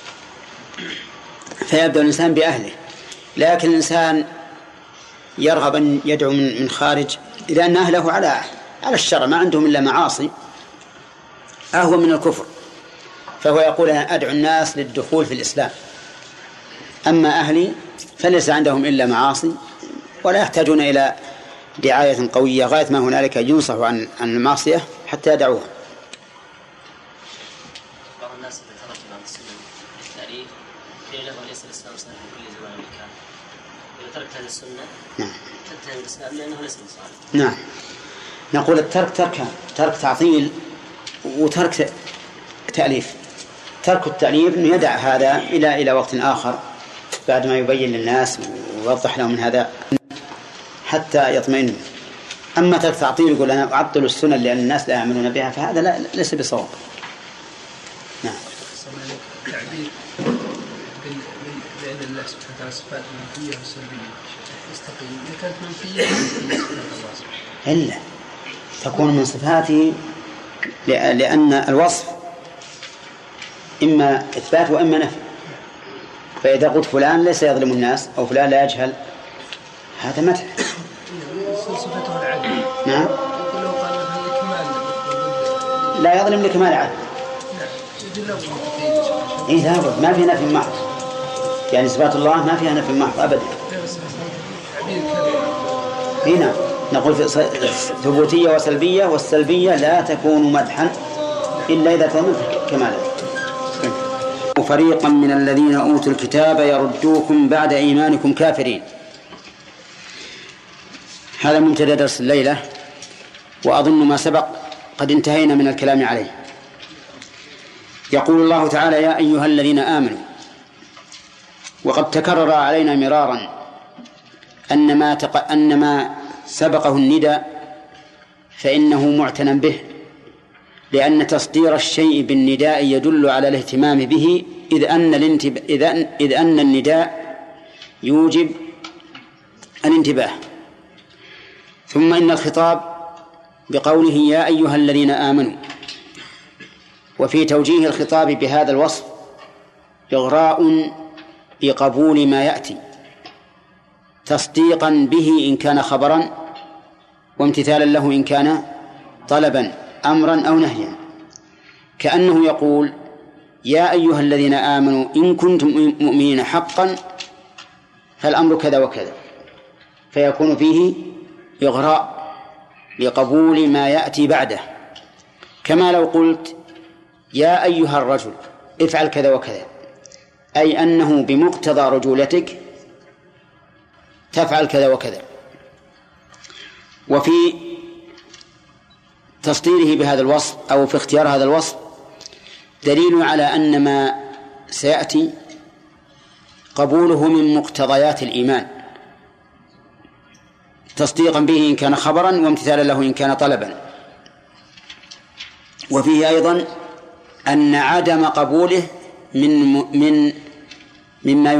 فيبدأ الإنسان بأهله، لكن الإنسان يرغب أن يدعو من خارج إذا أن أهله على الشرع ما عندهم إلا معاصي أهو من الكفر، فهو يقول أنا أدعو الناس للدخول في الإسلام. أما أهلي فليس عندهم إلا معاصي ولا يحتاجون إلى دعاية قوية، غاية ما هنالك ينصح عن المعصية حتى يدعوها. بعض الناس ترك بعض السنن التعريف قيل له ليس الإسلام صحيح في كل زمان ومكان، إذا تركت هذه السنة تتهم الإسلام لأنه ليس صحيح. نعم، نقول الترك ترك تعطيل وترك تأليف. ترك التأليف أنه يدع هذا إلى وقت آخر بعد ما يبين للناس ويوضح لهم من هذا حتى يطمئنوا. أما ترك تعطيل يقول أنا أعطل السنن لأن الناس لا يعملون بها، فهذا ليس بصواب. نعم. التعبير بأن الله سبحانه وتعالى صفات منفية وسلبية يستقيم إذا كانت منفية إلا تكون من صفاته، لأن الوصف إما إثبات وإما نفي. فإذا قلت فلان ليس يظلم الناس أو فلان لا يجهل هذا مدح. صفته العدل. نعم. لا يظلم لكمال العدل. إيه لا ما في نفي محض، يعني صفات الله ما فيها نفي محض أبدا. هنا نقول في ثبوتية وسلبية، والسلبية لا تكون مدحا إلا إذا تمت كمالا. وفريقا من الذين أوتوا الكتاب يردوكم بعد إيمانكم كافرين. هذا مبتدأ درس الليلة، وأظن ما سبق قد انتهينا من الكلام عليه. يقول الله تعالى يا أيها الذين آمنوا، وقد تكرر علينا مرارا أن ما سبقه النداء فإنه معتنى به، لأن تصدير الشيء بالنداء يدل على الاهتمام به، إذ أن النداء يوجب الانتباه. ثم إن الخطاب بقوله يا أيها الذين آمنوا، وفي توجيه الخطاب بهذا الوصف إغراء بقبول ما يأتي، تصديقا به إن كان خبرا، وامتثالا له إن كان طلبا أمرا أو نهيا، كأنه يقول يا أيها الذين آمنوا إن كنتم مؤمنين حقا فالأمر كذا وكذا، فيكون فيه إغراء لقبول ما يأتي بعده، كما لو قلت يا أيها الرجل افعل كذا وكذا، أي أنه بمقتضى رجولتك تفعل كذا وكذا. وفي تصديره بهذا الوصف أو في اختيار هذا الوصف دليل على أن ما سيأتي قبوله من مقتضيات الإيمان، تصديقا به إن كان خبرا وامتثالا له إن كان طلبا. وفيه أيضا أن عدم قبوله مما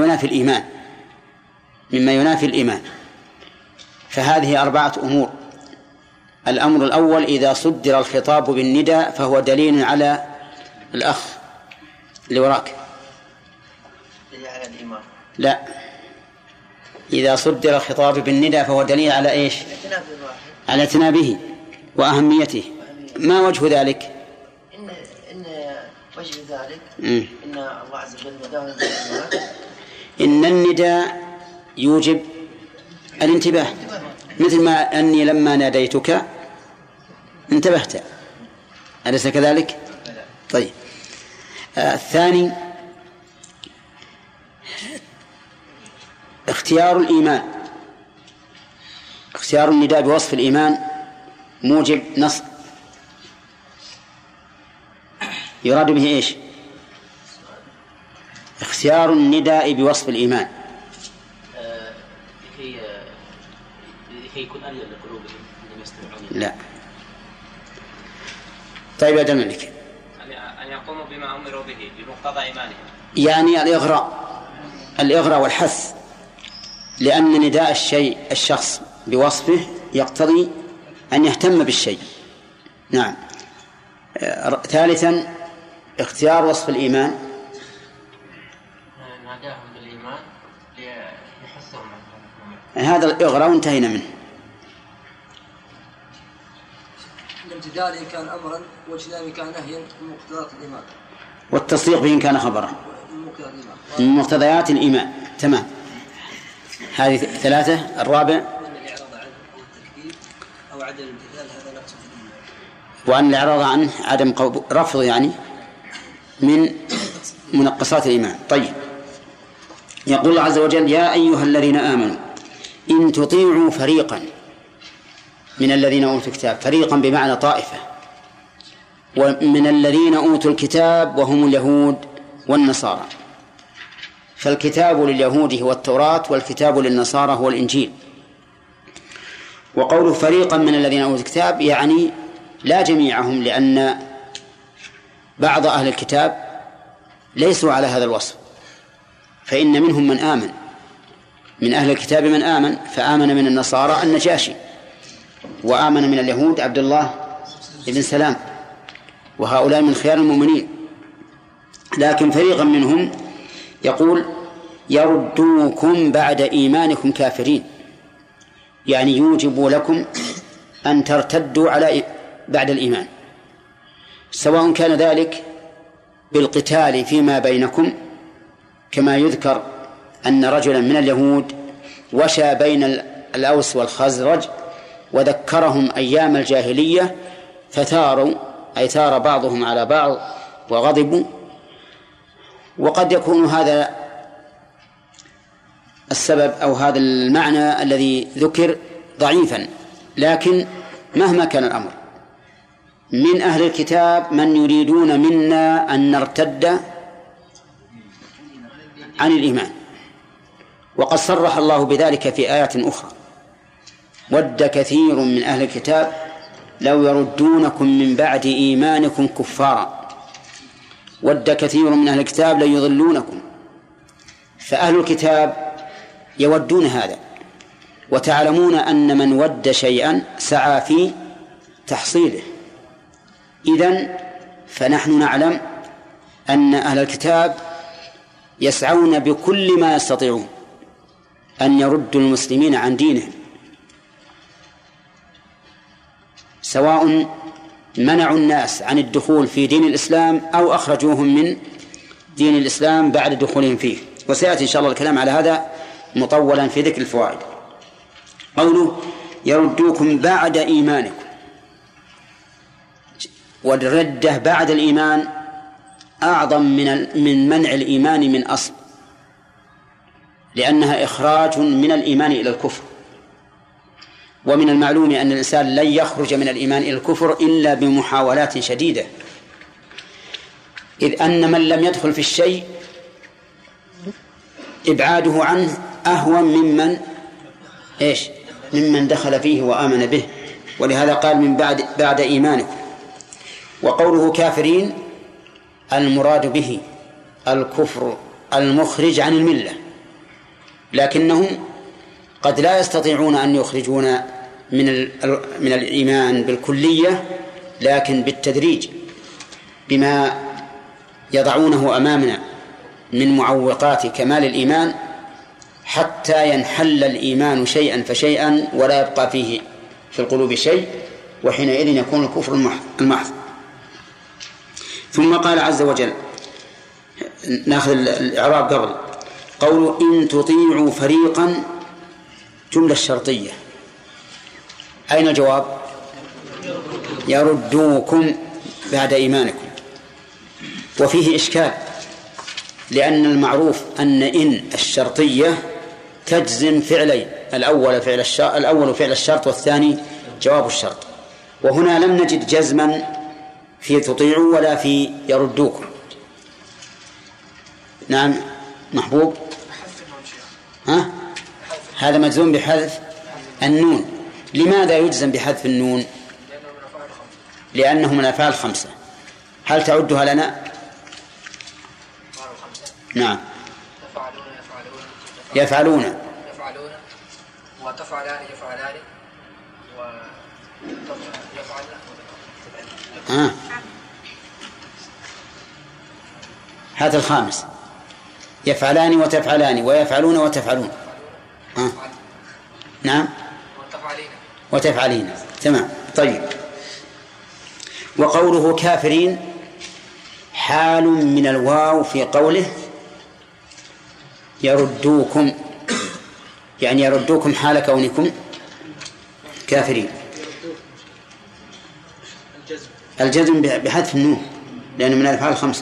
ينافي الإيمان، فهذه 4 أمور. الأمر الأول: إذا صدر الخطاب بالنداء فهو دليل على الأخ اللي وراك. على الإيمان. لا، إذا صدر الخطاب بالنداء فهو دليل على إيش؟ على اعتنابه وأهميته. ما وجه ذلك؟ إن وجه ذلك إن الله عز وجل نداه إن النداء يوجب الانتباه، مثل ما أني لما ناديتك انتبهت، أليس كذلك؟ طيب. الثاني: اختيار الإيمان، اختيار النداء بوصف الإيمان موجب نصب، يراد به إيش؟ اختيار النداء بوصف الإيمان لكي يكون ألين لقلوبهم أن يستمعون. لا. طيب يا الملك، أن يقوموا بما أمروا به بمقتضى إيمانهم، يعني الإغراء والحث، لأن نداء الشخص بوصفه يقتضي أن يهتم بالشيء. نعم. ثالثا: اختيار وصف الإيمان، ناداهم بالإيمان ليحثهم. هذا الإغراء وانتهينا منه. الامتثال إن كان أمرا واجتناب إن كان نهيا من مقتضيات الإيمان، والتصديق به إن كان خبرا من مقتضيات الإيمان. تمام. هذه 3. الرابع: وأن الإعراض عنه عدم رفض، يعني من منقصات الإيمان. طيب. يقول الله عز وجل: يا أيها الذين آمنوا إن تطيعوا فريقا من الذين أوتوا الكتاب، فريقا بمعنى طائفة، ومن الذين أوتوا الكتاب وهم اليهود والنصارى. فالكتاب لليهود هو التوراة، والكتاب للنصارى هو الإنجيل. وقول فريقا من الذين أوتوا الكتاب يعني لا جميعهم، لأن بعض أهل الكتاب ليسوا على هذا الوصف، فإن منهم من آمن، من أهل الكتاب من آمن، فآمن من النصارى النجاشي، وآمن من اليهود عبد الله بن سلام، وهؤلاء من خيار المؤمنين. لكن فريقا منهم يقول: يردوكم بعد إيمانكم كافرين، يعني يوجب لكم أن ترتدوا بعد الإيمان، سواء كان ذلك بالقتال فيما بينكم، كما يذكر أن رجلا من اليهود وشى بين الأوس والخزرج وذكرهم أيام الجاهلية فثاروا، أي ثار بعضهم على بعض وغضبوا. وقد يكون هذا السبب أو هذا المعنى الذي ذكر ضعيفا، لكن مهما كان الأمر، من أهل الكتاب من يريدون منا أن نرتد عن الإيمان، وقد صرح الله بذلك في آيات أخرى: ود كثير من أهل الكتاب لو يردونكم من بعد إيمانكم كفارا. ود كثير من أهل الكتاب لن يضلونكم. فأهل الكتاب يودون هذا، وتعلمون أن من ود شيئا سعى في تحصيله. إذن فنحن نعلم أن أهل الكتاب يسعون بكل ما يستطيعون أن يردوا المسلمين عن دينهم، سواء منعوا الناس عن الدخول في دين الإسلام أو أخرجوهم من دين الإسلام بعد دخولهم فيه. وسيأتي إن شاء الله الكلام على هذا مطولا في ذكر الفوائد. قوله: يردوكم بعد إيمانكم، والردة بعد الإيمان أعظم من منع الإيمان من أصل، لأنها إخراج من الإيمان إلى الكفر. ومن المعلوم أن الإنسان لن يخرج من الإيمان إلى الكفر إلا بمحاولات شديدة، إذ أن من لم يدخل في الشيء إبعاده عنه أهون ممن دخل فيه وآمن به. ولهذا قال من بعد إيمانكم. وقوله كافرين المراد به الكفر المخرج عن الملة، لكنهم قد لا يستطيعون أن يخرجون من الإيمان بالكلية، لكن بالتدريج بما يضعونه أمامنا من معوقات كمال الإيمان حتى ينحل الإيمان شيئا فشيئا ولا يبقى فيه في القلوب شيء، وحينئذ يكون الكفر المحض. ثم قال عز وجل، نأخذ الإعراب قبل، قوله إن تطيعوا فريقا جملة شرطية، أين الجواب؟ يردوكم بعد إيمانكم. وفيه إشكال، لأن المعروف أن إن الشرطية تجزم فعلين، الأول فعل الشرط والثاني جواب الشرط، وهنا لم نجد جزما في تطيعوا ولا في يردوكم. نعم محبوب، هذا مجزوم بحذف النون. لماذا يجزم بحذف النون؟ لأنه من الأفعال الخمسة. هل تعدها لنا؟ نعم. يفعلون وتفعلان يفعلان هذا الخامس، يفعلان وتفعلان ويفعلون وتفعلون. نعم وتفعلين. تمام. طيب. وقوله كافرين حال من الواو في قوله يردوكم، يعني يردوكم حال كونكم كافرين. الجزم بحذف النون لأنه من الأفعال الخمسة.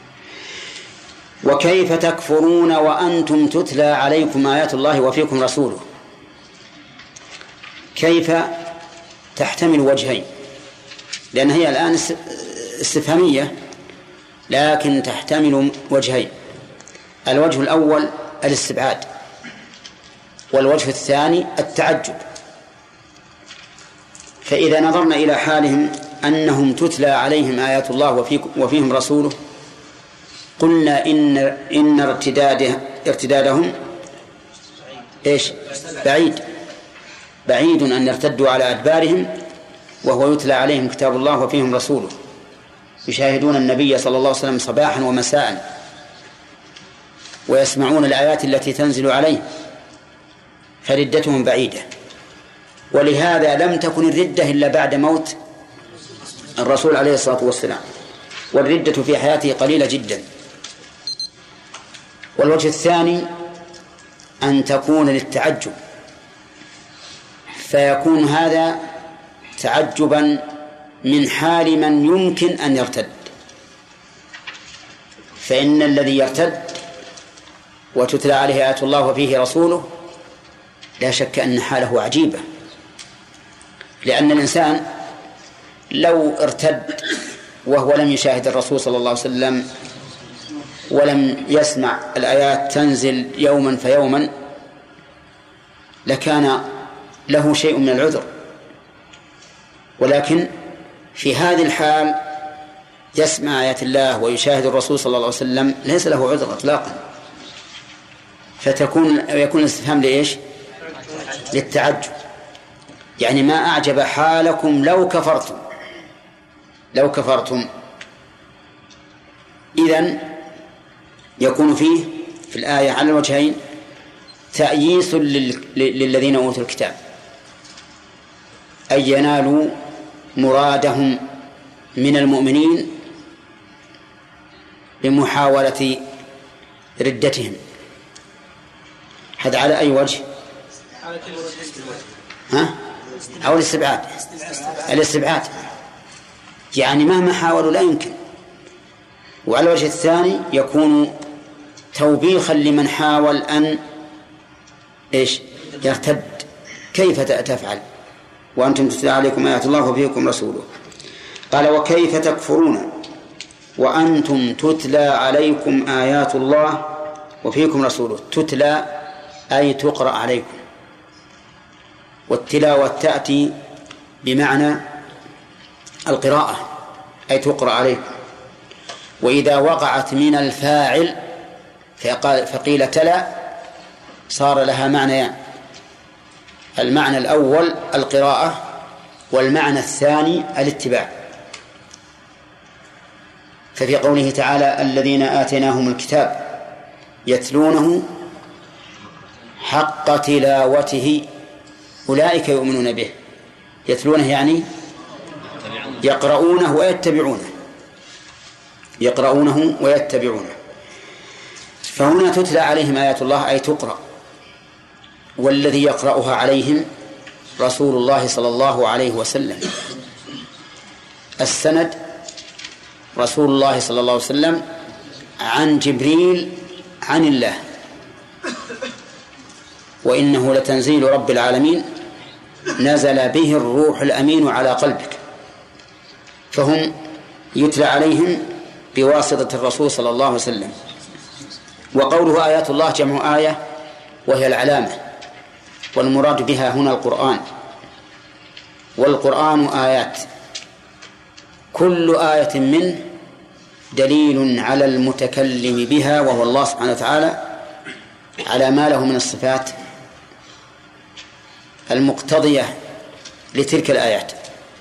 وكيف تكفرون وأنتم تتلى عليكم آيات الله وفيكم رسوله. كيف تحتمل وجهين، لأن هي الآن استفهامية، لكن تحتمل وجهين. الوجه الأول الاستبعاد، والوجه الثاني التعجب. فإذا نظرنا إلى حالهم أنهم تتلى عليهم آيات الله وفيهم رسوله، قلنا إن ارتدادهم بعيد أن يرتدوا على أدبارهم وهو يتلى عليهم كتاب الله وفيهم رسوله، يشاهدون النبي صلى الله عليه وسلم صباحا ومساء ويسمعون الآيات التي تنزل عليه، فردتهم بعيدة. ولهذا لم تكن الردة إلا بعد موت الرسول عليه الصلاة والسلام، والردة في حياته قليلة جدا. والوجه الثاني أن تكون للتعجب، فيكون هذا تعجبا من حال من يمكن أن يرتد. فإن الذي يرتد وتتلى عليه آيات الله وفيه رسوله لا شك أن حاله عجيبة، لأن الإنسان لو ارتد وهو لم يشاهد الرسول صلى الله عليه وسلم ولم يسمع الآيات تنزل يوما فيوما لكان له شيء من العذر، ولكن في هذه الحال يسمع آيات الله ويشاهد الرسول صلى الله عليه وسلم ليس له عذر إطلاقا، يكون الاستفهام لإيش؟ للتعجب. يعني ما أعجب حالكم لو كفرتم. إذن يكون فيه في الآية على الوجهين تأييس للذين أوتوا الكتاب أن ينالوا مرادهم من المؤمنين بمحاولة ردتهم. هذا على أي وجه؟ أو الاستبعاد. يعني مهما حاولوا لا يمكن. وعلى الوجه الثاني يكون توبيخا لمن حاول أن يرتد. كيف تفعل وأنتم تتلى عليكم آيات الله وفيكم رسوله؟ قال وكيف تكفرون وأنتم تتلى عليكم آيات الله وفيكم رسوله. تتلى أي تقرأ عليكم، والتلاوة تأتي بمعنى القراءة أي تقرأ عليكم. وإذا وقعت من الفاعل فقيل تلا صار لها معنيان: المعنى الأول القراءة، والمعنى الثاني الاتباع. ففي قوله تعالى الذين آتيناهم الكتاب يتلونه حق تلاوته أولئك يؤمنون به. يتلونه يعني يقرؤونه ويتبعونه، يقرؤونه ويتبعونه. فهنا تتلى عليهم آيات الله أي تقرأ، والذي يقرأها عليهم رسول الله صلى الله عليه وسلم. السند رسول الله صلى الله عليه وسلم عن جبريل عن الله، وإنه لتنزيل رب العالمين نزل به الروح الأمين على قلبك. فهم يتلى عليهم بواسطة الرسول صلى الله عليه وسلم. وقوله آيات الله جمع آية وهي العلامة، والمراد بها هنا القرآن. والقرآن آيات، كل آية منه دليل على المتكلم بها وهو الله سبحانه وتعالى على ما له من الصفات المقتضية لتلك الآيات.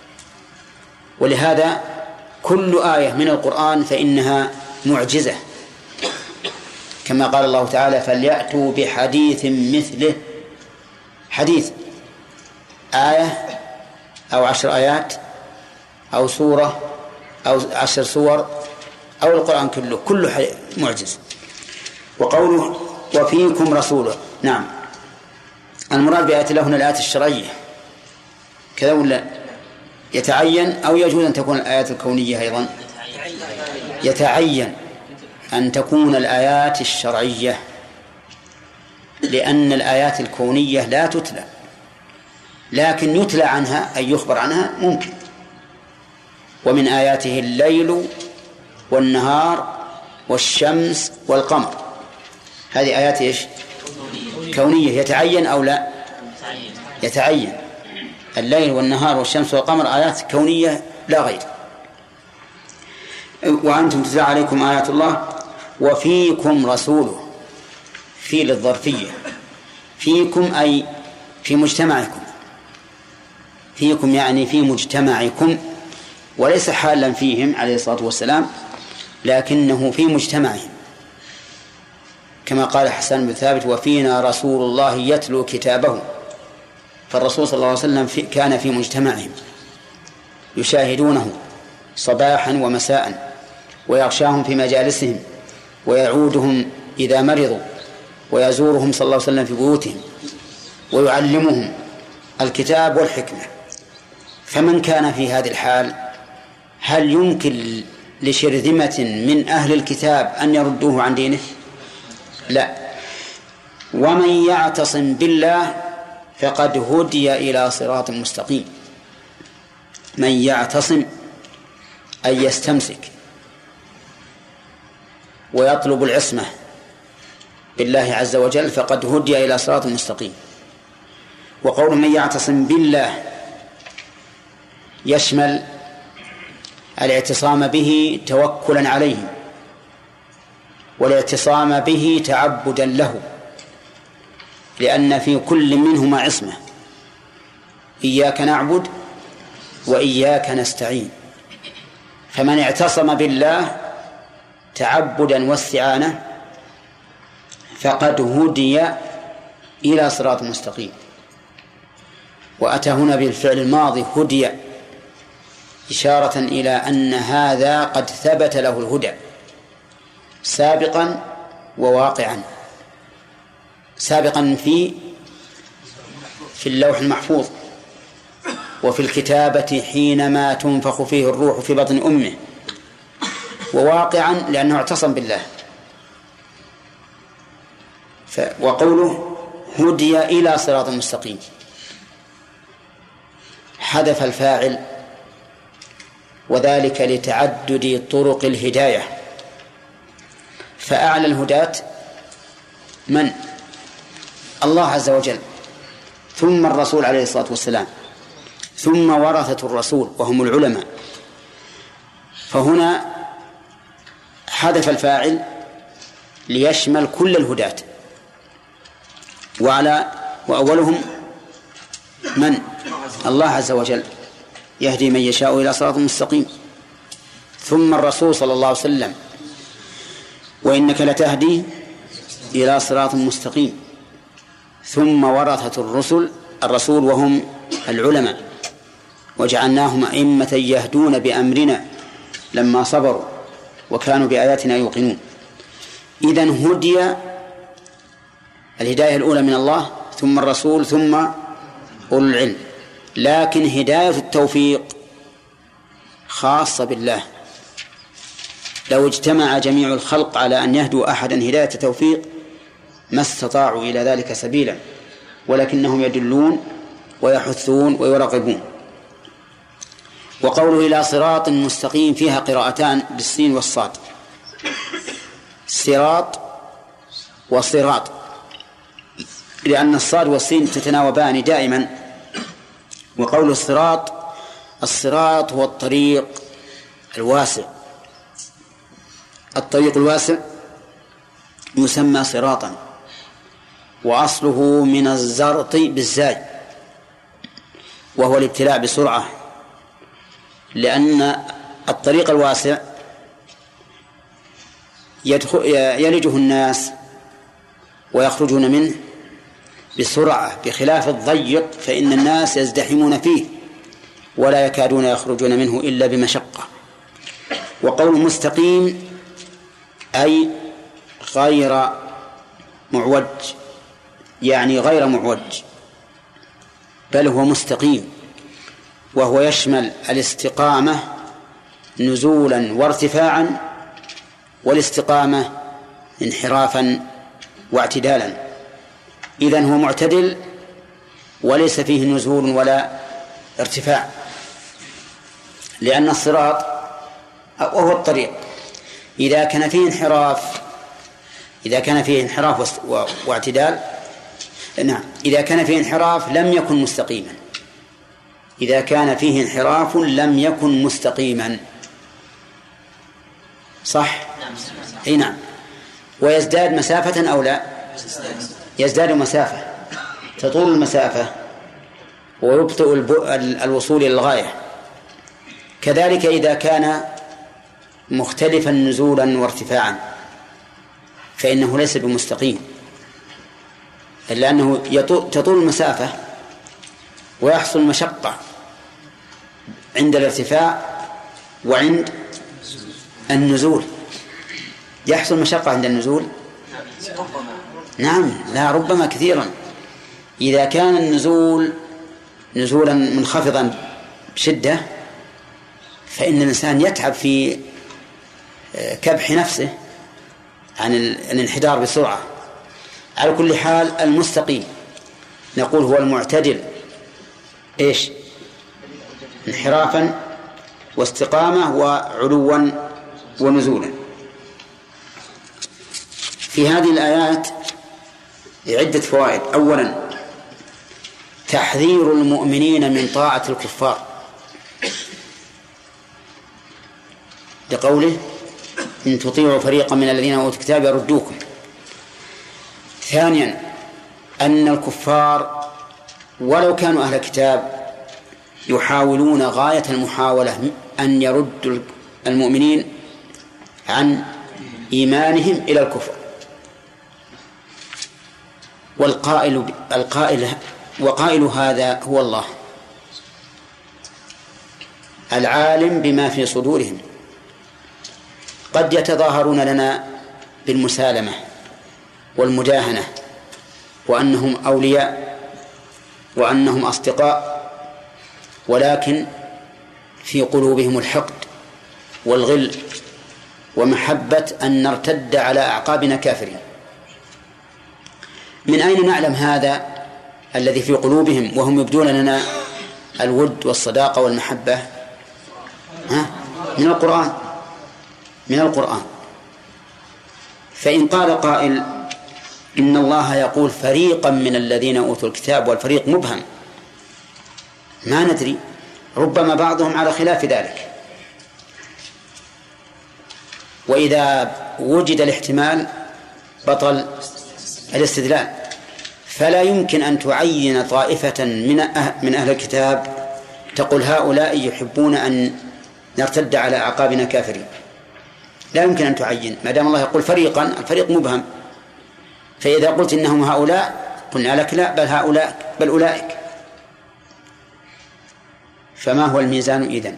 ولهذا كل آية من القرآن فإنها معجزة، كما قال الله تعالى فليأتوا بحديث مثله. حديث آية أو 10 آيات أو سورة أو 10 سور أو القرآن كله معجز. وقوله وفيكم رسوله، نعم المراد بآيات الله هنا الآيات الشرعية كذا ولا يتعين أو يجوز أن تكون الآيات الكونية أيضا؟ يتعين أن تكون الآيات الشرعية، لأن الآيات الكونية لا تتلى، لكن يتلى عنها أي يخبر عنها ممكن. ومن آياته الليل والنهار والشمس والقمر، هذه آيات إيش؟ كونية. يتعين أو لا؟ يتعين. الليل والنهار والشمس والقمر آيات كونية لا غير. وأنتم تتلى عليكم آيات الله وفيكم رسوله. في للظرفية، فيكم أي في مجتمعكم. فيكم يعني في مجتمعكم، وليس حالا فيهم عليه الصلاة والسلام، لكنه في مجتمعهم، كما قال حسان بن ثابت وفينا رسول الله يتلو كتابه. فالرسول صلى الله عليه وسلم كان في مجتمعهم يشاهدونه صباحا ومساء، ويغشاهم في مجالسهم، ويعودهم إذا مرضوا، ويزورهم صلى الله عليه وسلم في بيوتهم، ويعلمهم الكتاب والحكمة. فمن كان في هذه الحال هل يمكن لشرذمة من أهل الكتاب أن يردوه عن دينه؟ لا. ومن يعتصم بالله فقد هدي إلى صراط مستقيم. من يعتصم أي يستمسك ويطلب العصمة بالله عز وجل فقد هدي إلى صراط مستقيم. وقول من يعتصم بالله يشمل الاعتصام به توكلا عليه، والاعتصام به تعبدا له، لأن في كل منهما عصمة. إياك نعبد وإياك نستعين. فمن اعتصم بالله تعبدا واستعانة فقد هدي إلى صراط مستقيم. وأتى هنا بالفعل الماضي هدي إشارة إلى أن هذا قد ثبت له الهدى سابقا وواقعا. سابقا في اللوح المحفوظ وفي الكتابة حينما تنفخ فيه الروح في بطن أمه، وواقعا لأنه اعتصم بالله. وقوله هدي إلى صراط مستقيم حذف الفاعل، وذلك لتعدد طرق الهداية، فأعلى الهداة من؟ الله عز وجل، ثم الرسول عليه الصلاة والسلام، ثم ورثة الرسول وهم العلماء. فهنا حذف الفاعل ليشمل كل الهداة، وأولهم من؟ الله عز وجل، يهدي من يشاء إلى صراط مستقيم. ثم الرسول صلى الله عليه وسلم، وإنك لتهدي إلى صراط مستقيم. ثم ورثة الرسول وهم العلماء، وجعلناهم أئمة يهدون بأمرنا لما صبروا وكانوا بآياتنا يوقنون. إذن هدي الهداية الأولى من الله، ثم الرسول، ثم أولو العلم. لكن هداية التوفيق خاصة بالله. لو اجتمع جميع الخلق على أن يهدوا أحدا هداية توفيق ما استطاعوا إلى ذلك سبيلا، ولكنهم يدلون ويحثون ويرغبون. وقوله إلى صراط مستقيم فيها قراءتان بالسين والصاد، صراط وصراط، لأن الصاد والسين تتناوبان دائما. وقول الصراط هو الطريق الواسع. الطريق الواسع يسمى صراطا، وأصله من الزرط بالزاي، وهو الابتلاع بسرعة، لأن الطريق الواسع يلجه الناس ويخرجون منه بسرعة، بخلاف الضيق فإن الناس يزدحمون فيه ولا يكادون يخرجون منه إلا بمشقة. وقول مستقيم أي غير معوج، يعني غير معوج، بل هو مستقيم، وهو يشمل الاستقامة نزولا وارتفاعا، والاستقامة انحرافا واعتدالا. إذن هو معتدل وليس فيه نزول ولا ارتفاع، لأن الصراط وهو الطريق إذا كان فيه انحراف واعتدال، نعم، إذا كان فيه انحراف لم يكن مستقيما، إذا كان فيه انحراف لم يكن مستقيما، صح؟ أي نعم. ويزداد مسافة أو لا؟ يزداد مسافة، تطول المسافة ويبطئ الوصول إلى الغاية. كذلك إذا كان مختلفا نزولا وارتفاعا فإنه ليس بمستقيم، لأنه تطول المسافة ويحصل مشقة عند الارتفاع وعند النزول. يحصل مشقة عند النزول، نعم، لا ربما كثيرا. إذا كان النزول نزولا منخفضا بشدة فإن الإنسان يتعب في كبح نفسه عن الانحدار بسرعة. على كل حال المستقيم نقول هو المعتدل، إيش؟ انحرافا واستقامة وعلوا ونزولا. في هذه الآيات عدة فوائد. أولا تحذير المؤمنين من طاعة الكفار لقوله إن تطيعوا فريقا من الذين أوتوا الكتاب يردوكم. ثانيا أن الكفار ولو كانوا أهل كتاب يحاولون غاية المحاولة أن يردوا المؤمنين عن إيمانهم إلى الكفر. وقائل هذا هو الله العالم بما في صدورهم. قد يتظاهرون لنا بالمسالمة والمداهنة وأنهم أولياء وأنهم أصدقاء ولكن في قلوبهم الحقد والغل ومحبة أن نرتد على أعقابنا كافرين. من أين نعلم هذا الذي في قلوبهم وهم يبدون لنا الود والصداقة والمحبة؟ من القرآن. فإن قال قائل إن الله يقول فريقا من الذين أوتوا الكتاب والفريق مبهم، ما ندري، ربما بعضهم على خلاف ذلك. وإذا وجد الاحتمال بطل الاستدلال، فلا يمكن أن تعين طائفة من أهل الكتاب تقول هؤلاء يحبون أن نرتد على أعقابنا كافرين. لا يمكن أن تعين ما دام الله يقول فريقا، الفريق مبهم. فإذا قلت إنهم هؤلاء قلنا لك لا، بل هؤلاء بل أولئك. فما هو الميزان إذن؟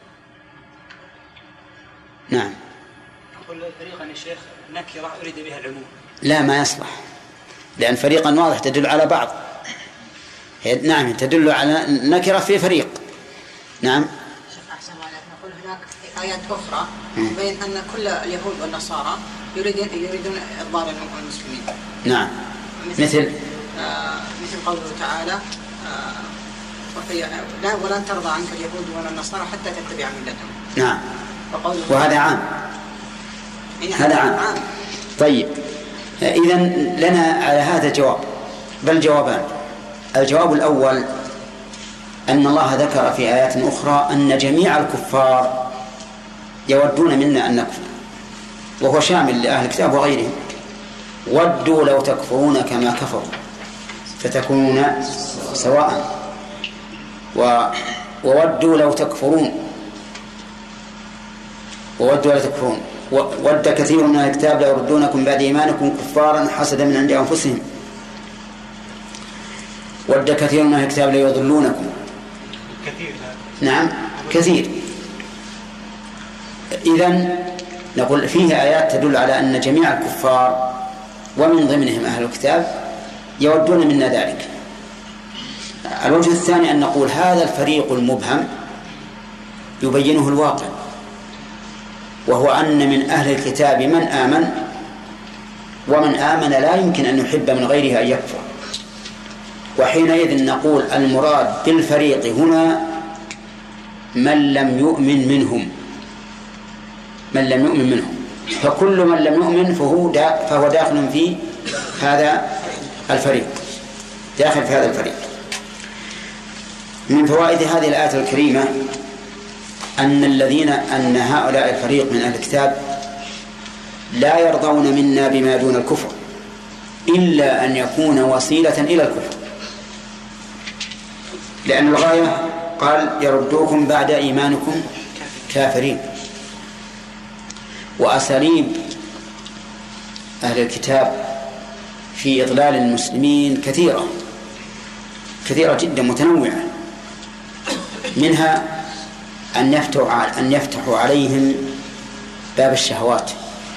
نعم. أقول فريقا يا شيخ نكرة أريد بها العموم. لا، ما يصلح، لأن فريقا واضح تدل على بعض. نعم، تدل على نكرة في فريق. نعم. أحسن الله عليك. نقول هناك آيات أخرى تبين أن كل اليهود والنصارى يريدون إضرار المسلمين. نعم. مثل قوله تعالى ولن ترضى عنك اليهود ولا النصارى حتى تتبع ملتهم. نعم. وهذا عام. هذا عام. طيب، إذن لنا على هذا جواب، بل جوابان. الجواب الأول أن الله ذكر في آيات أخرى أن جميع الكفار يودون منا أن نكفر، وهو شامل لأهل الكتاب وغيرهم. ودوا لو تكفرون كما كفروا فتكونون سواء، وودوا لو تكفرون، وودوا لا تكفرون. ود كثير من الكتاب لا يردونكم بعد إيمانكم كفارا حسدا من عند أنفسهم. ود كثير من الكتاب لا يضلونكم. نعم، كثير. إذن نقول فيه آيات تدل على أن جميع الكفار ومن ضمنهم أهل الكتاب يودون منا ذلك. الوجه الثاني أن نقول هذا الفريق المبهم يبينه الواقع، وهو أن من أهل الكتاب من آمن، ومن آمن لا يمكن أن يحب من غيره أن يكفر. وحينئذ نقول المراد بالفريق هنا من لم يؤمن منهم، من لم يؤمن منهم. فكل من لم يؤمن فهو داخل في هذا الفريق، داخل في هذا الفريق. من فوائد هذه الآية الكريمة أن هؤلاء الفريق من أهل الكتاب لا يرضون منا بما دون الكفر إلا أن يكون وسيلة إلى الكفر، لأن الغاية قال يردوكم بعد إيمانكم كافرين. وأساليب أهل الكتاب في إضلال المسلمين كثيرة جدا متنوعة، منها أن يفتحوا عليهم باب الشهوات،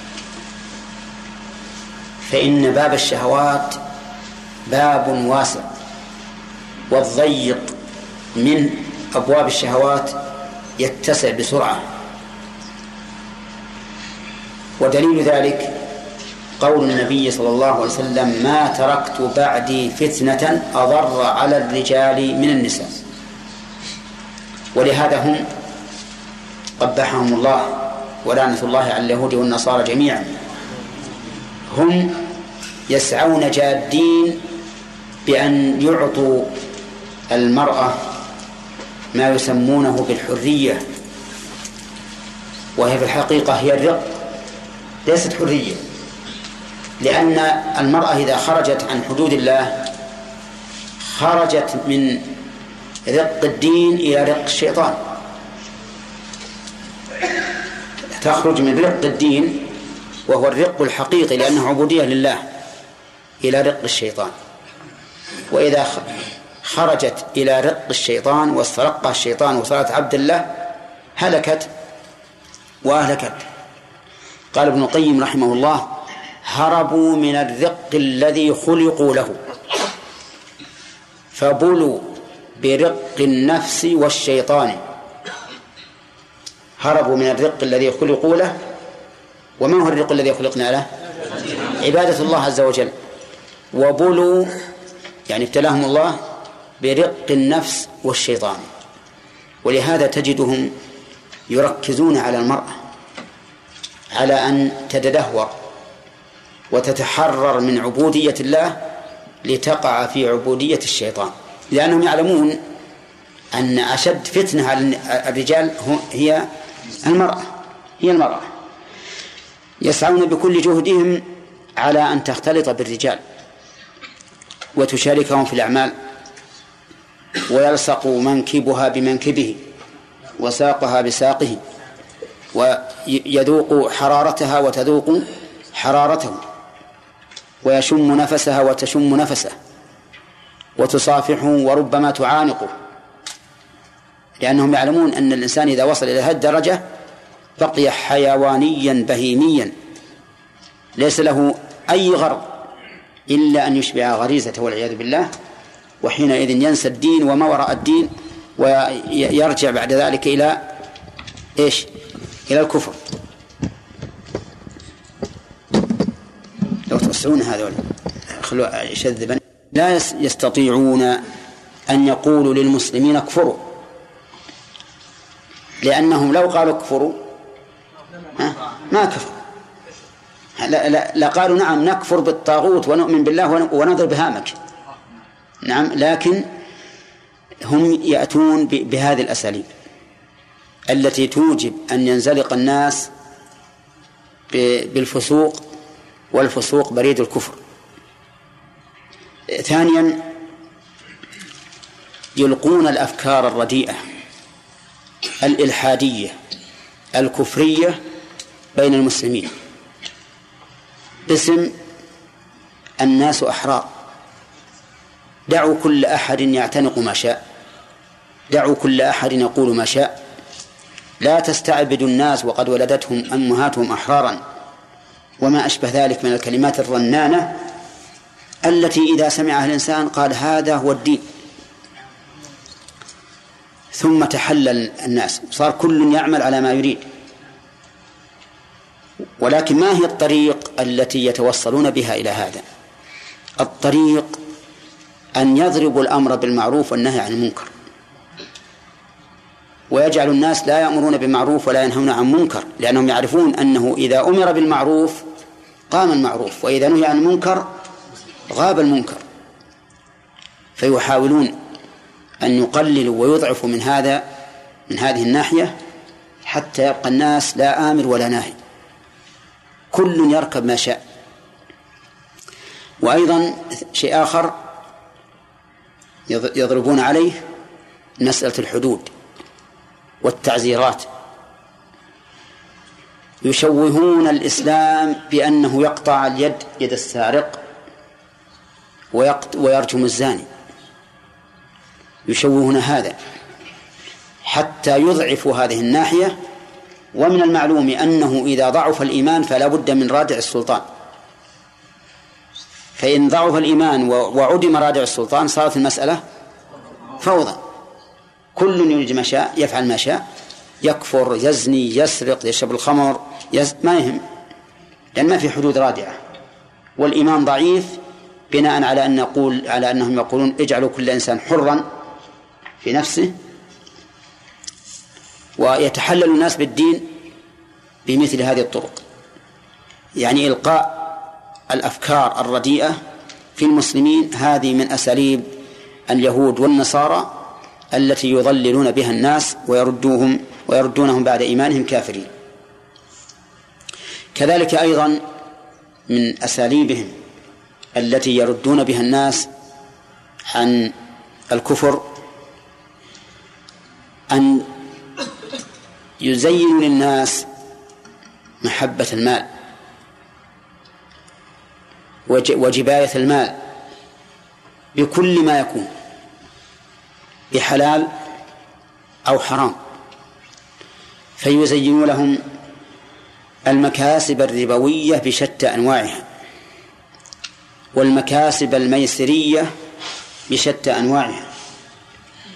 فإن باب الشهوات باب واسع، والضيق من أبواب الشهوات يتسع بسرعة. ودليل ذلك قول النبي صلى الله عليه وسلم ما تركت بعدي فتنة أضر على الرجال من النساء. ولهذا هم قبحهم الله ولعنة الله على اليهود والنصارى جميعا، هم يسعون جادين بأن يعطوا المرأة ما يسمونه بالحرية، وهي في الحقيقة هي الرق، ليست حرية، لأن المرأة إذا خرجت عن حدود الله خرجت من رق الدين إلى رق الشيطان، تخرج من رق الدين وهو الرق الحقيقي لأنه عبودية لله إلى رق الشيطان. وإذا خرجت إلى رق الشيطان واسترقها الشيطان وصارت عبد الله هلكت وأهلكت. قال ابن القيم رحمه الله هربوا من الرق الذي خلقوا له فبلوا برق النفس والشيطان. هربوا من الرق الذي خلقوا له. وما هو الرق الذي خلقنا له؟ عبادة الله عز وجل. وبلوا يعني ابتلاهم الله برق النفس والشيطان. ولهذا تجدهم يركزون على المرأة على أن تتدهور وتتحرر من عبودية الله لتقع في عبودية الشيطان، لأنهم يعلمون أن أشد فتنة على الرجال هي المرأة. يسعون بكل جهدهم على أن تختلط بالرجال وتشاركهم في الأعمال، ويلصق منكبها بمنكبه وساقها بساقه، ويذوق حرارتها وتذوق حرارته، ويشم نفسها وتشم نفسه، وتصافحه وربما تعانقه، لأنهم يعلمون أن الإنسان إذا وصل إلى هذه الدرجة بقي حيوانيا بهيميا ليس له أي غرض إلا أن يشبع غريزته والعياذ بالله، وحينئذ ينسى الدين وما وراء الدين ويرجع بعد ذلك إلى إلى الكفر. لو توسعون هذول خلوا يشذبا. لا يستطيعون أن يقولوا للمسلمين اكفروا، لأنهم لو قالوا اكفروا ما كفروا. لا قالوا نعم نكفر بالطاغوت ونؤمن بالله ونضرب هامك، نعم، لكن هم يأتون بهذه الأساليب التي توجب أن ينزلق الناس بالفسوق، والفسوق بريد الكفر. ثانيا يلقون الأفكار الرديئة الإلحادية الكفرية بين المسلمين باسم الناس أحرار، دعوا كل أحد يعتنق ما شاء، دعوا كل أحد يقول ما شاء، لا تستعبدوا الناس وقد ولدتهم أمهاتهم أحرارا، وما أشبه ذلك من الكلمات الرنانة التي إذا سمعها الإنسان قال هذا هو الدين. ثم تحلل الناس، صار كل يعمل على ما يريد. ولكن ما هي الطريق التي يتوصلون بها إلى هذا؟ الطريق أن يضربوا الأمر بالمعروف والنهي عن المنكر، ويجعل الناس لا يأمرون بالمعروف ولا ينهون عن منكر، لأنهم يعرفون أنه إذا أمر بالمعروف قام المعروف، وإذا نهي عن المنكر غاب المنكر. فيحاولون أن يقللوا ويضعفوا من هذه الناحية حتى يبقى الناس لا آمر ولا ناهي، كل يركب ما شاء. وأيضا شيء آخر يضربون عليه مسألة الحدود والتعزيرات. يشوهون الإسلام بأنه يقطع اليد، يد السارق، ويرجم الزاني، يشوهون هذا حتى يضعفوا هذه الناحية. ومن المعلوم أنه إذا ضعف الإيمان فلا بد من رادع السلطان، فإن ضعف الإيمان وعدم رادع السلطان صارت المسألة فوضى، كل يريد ما شاء يفعل ما شاء، يكفر، يزني، يسرق، يشرب الخمر، ما يهم، لأن ما في حدود رادعة. والإيمان ضعيف بناء على أنهم يقولون اجعلوا كل إنسان حرا في نفسه. ويتحلل الناس بالدين بمثل هذه الطرق، يعني إلقاء الأفكار الرديئة في المسلمين. هذه من أساليب اليهود والنصارى التي يضللون بها الناس ويردونهم بعد إيمانهم كافرين. كذلك أيضا من أساليبهم التي يردون بها الناس عن الكفر أن يزينوا للناس محبة المال وجباية المال بكل ما يكون، بحلال أو حرام، فيزينوا لهم المكاسب الربوية بشتى أنواعها، والمكاسب الميسرية بشتى أنواعها،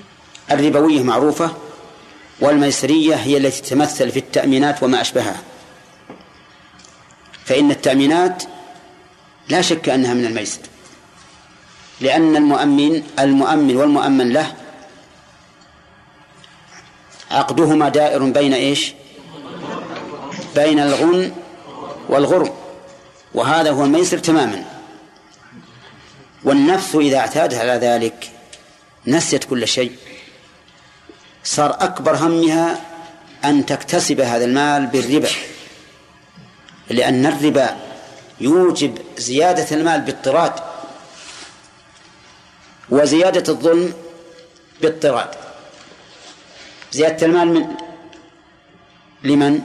الربوية معروفة، والميسرية هي التي تتمثل في التأمينات وما أشبهها. فإن التأمينات لا شك أنها من الميسر، لأن المؤمن والمؤمن له عقدهما دائر بين إيش؟ بين الغن والغرم، وهذا هو الميسر تماما. والنفس إذا اعتادت على ذلك نسيت كل شيء، صار أكبر همها أن تكتسب هذا المال بالربا، لأن الربا يوجب زيادة المال باضطراد، وزيادة الظلم باضطراد. زيادة المال لمن؟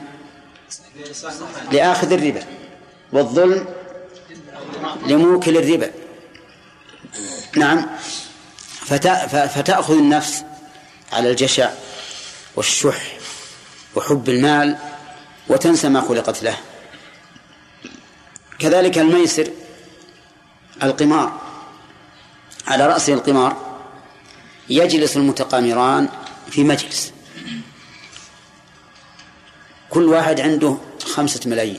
لآخذ الربا، والظلم لموكل الربا. نعم. فتأخذ النفس على الجشع والشح وحب المال وتنسى ما خلقت له. كذلك الميسر القمار، على رأس القمار يجلس المتقامران في مجلس، كل واحد عنده 5 ملايين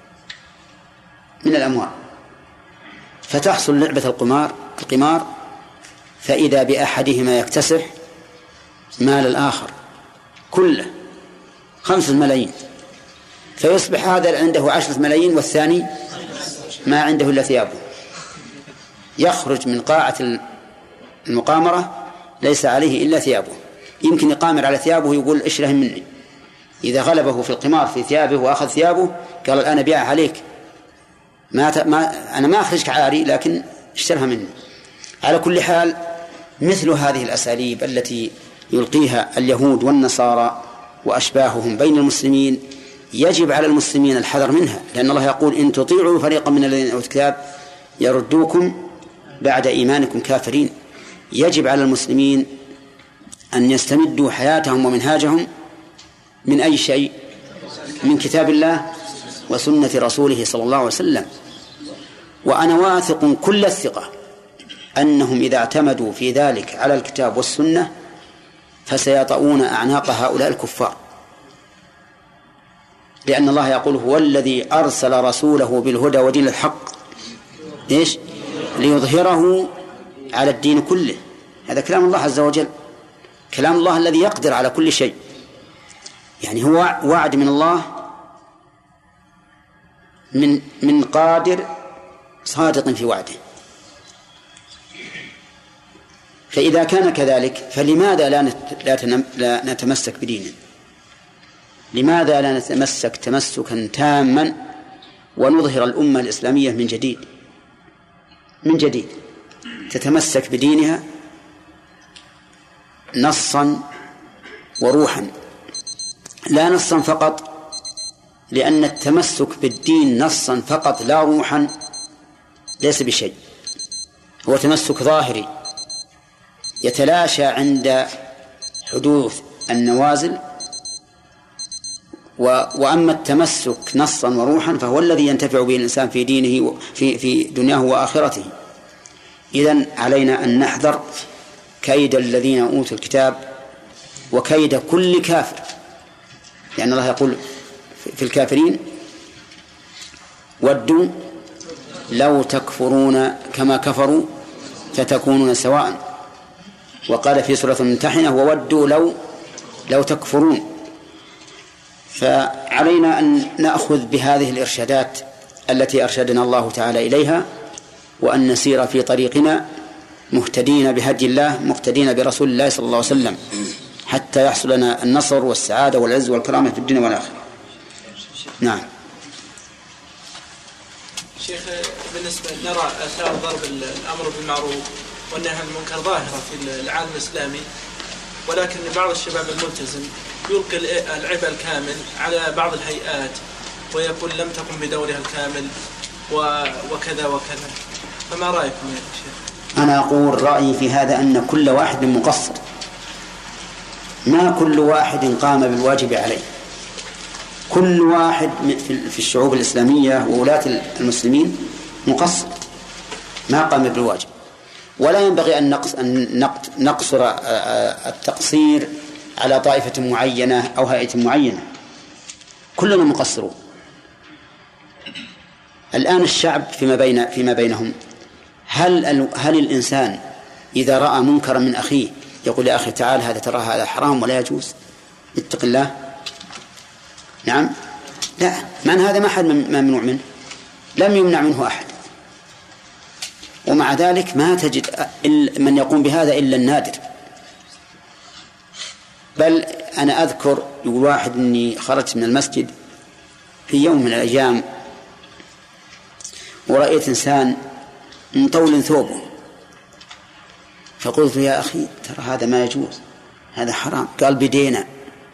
من الأموال، فتحصل لعبة القمار، فإذا بأحدهما يكتسح مال الآخر كله 5 ملايين، فيصبح هذا عنده 10 ملايين والثاني ما عنده إلا ثيابه، يخرج من قاعة المقامرة ليس عليه إلا ثيابه، يمكن يقامر على ثيابه يقول اشره مني، إذا غلبه في القمار في ثيابه وأخذ ثيابه قال الآن أبيعها عليك، أنا ما أخرجك عاري لكن اشترها مني. على كل حال مثل هذه الأساليب التي يلقيها اليهود والنصارى وأشباههم بين المسلمين يجب على المسلمين الحذر منها، لأن الله يقول إن تطيعوا فريقا من الذين أوتوا الكتاب يردوكم بعد إيمانكم كافرين. يجب على المسلمين أن يستمدوا حياتهم ومنهاجهم من أي شيء؟ من كتاب الله وسنة رسوله صلى الله عليه وسلم. وأنا واثق كل الثقة أنهم إذا اعتمدوا في ذلك على الكتاب والسنة فسيطؤون أعناق هؤلاء الكفار، لأن الله يقول هو الذي أرسل رسوله بالهدى ودين الحق إيش؟ ليظهره على الدين كله. هذا كلام الله عز وجل، كلام الله الذي يقدر على كل شيء، يعني هو وعد من الله من قادر صادق في وعده. فإذا كان كذلك فلماذا لا نتمسك بدينه؟ لماذا لا نتمسك تمسكا تاما ونظهر الأمة الإسلامية من جديد تتمسك بدينها نصا وروحا، لا نصا فقط، لأن التمسك بالدين نصا فقط لا روحا ليس بشيء، هو تمسك ظاهري يتلاشى عند حدوث النوازل. وأما التمسك نصا وروحا فهو الذي ينتفع به الإنسان في دينه في دنياه وآخرته. إذن علينا أن نحذر كيد الذين أوتوا الكتاب وكيد كل كافر، لأن الله يقول في الكافرين ودوا لو تكفرون كما كفروا فتكونون سواء، وقال في سورة الممتحنة وودوا لو تكفرون. فعلينا أن نأخذ بهذه الإرشادات التي أرشدنا الله تعالى إليها، وأن نسير في طريقنا مهتدين بهدي الله مقتدين برسول الله صلى الله عليه وسلم حتى يحصل لنا النصر والسعادة والعز والكرامة في الدنيا والآخرة. نعم. شيخ، بالنسبة نرى آثار ضرب الأمر بالمعروف والنهي عن المنكر ظاهرة في العالم الإسلامي، ولكن بعض الشباب الملتزم يلقي العبء الكامل على بعض الهيئات ويقول لم تقم بدورها الكامل وكذا وكذا، فما رأيكم يا شيخ؟ أنا أقول رأيي في هذا أن كل واحد مقصر، ما كل واحد قام بالواجب عليه. كل واحد في الشعوب الإسلامية وولاة المسلمين مقصر ما قام بالواجب، ولا ينبغي أن نقصر التقصير على طائفة معينة أو هيئة معينة، كلنا مقصرون. الآن الشعب فيما بينهم، هل الإنسان إذا رأى منكرا من أخيه يقول يا أخي تعال هذا ترى هذا حرام ولا يجوز، اتق الله؟ نعم، لا، من هذا ما حد ممنوع منه، لم يمنع منه أحد، ومع ذلك ما تجد من يقوم بهذا إلا النادر. بل أنا أذكر يقول واحد أني خرجت من المسجد في يوم من الأيام ورأيت إنسان مطول ثوبه، فقلت يا أخي ترى هذا ما يجوز، هذا حرام. قال بدينا.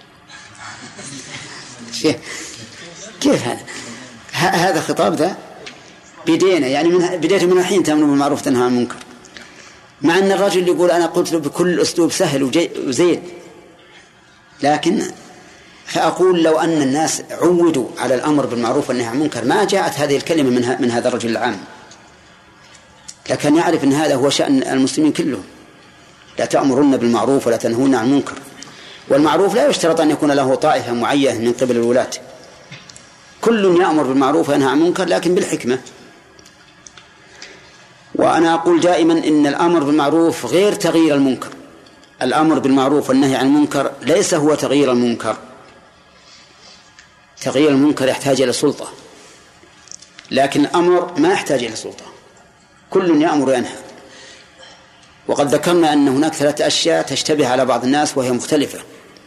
كيف هذا خطاب ذا؟ بدينا يعني بديت من الحين تأمرون بالمعروف تنهى عن المنكر، مع أن الرجل يقول أنا قلت له بكل أسلوب سهل وزين. لكن فأقول لو أن الناس عودوا على الأمر بالمعروف والنهي عن المنكر ما جاءت هذه الكلمة من هذا الرجل العام، لكن يعرف أن هذا هو شأن المسلمين كلهم، لا تأمرون بالمعروف ولا تنهون عن المنكر. والمعروف لا يشترط أن يكون له طائفة معينة من قبل الولاة، كل يأمر بالمعروف وينهى عن المنكر لكن بالحكمة. وأنا أقول دائما إن الأمر بالمعروف غير تغيير المنكر، الأمر بالمعروف والنهي عن المنكر ليس هو تغيير المنكر. تغيير المنكر يحتاج إلى سلطة، لكن الأمر ما يحتاج إلى سلطة، كل يأمر وينهى. وقد ذكرنا أن هناك 3 أشياء تشتبه على بعض الناس وهي مختلفة: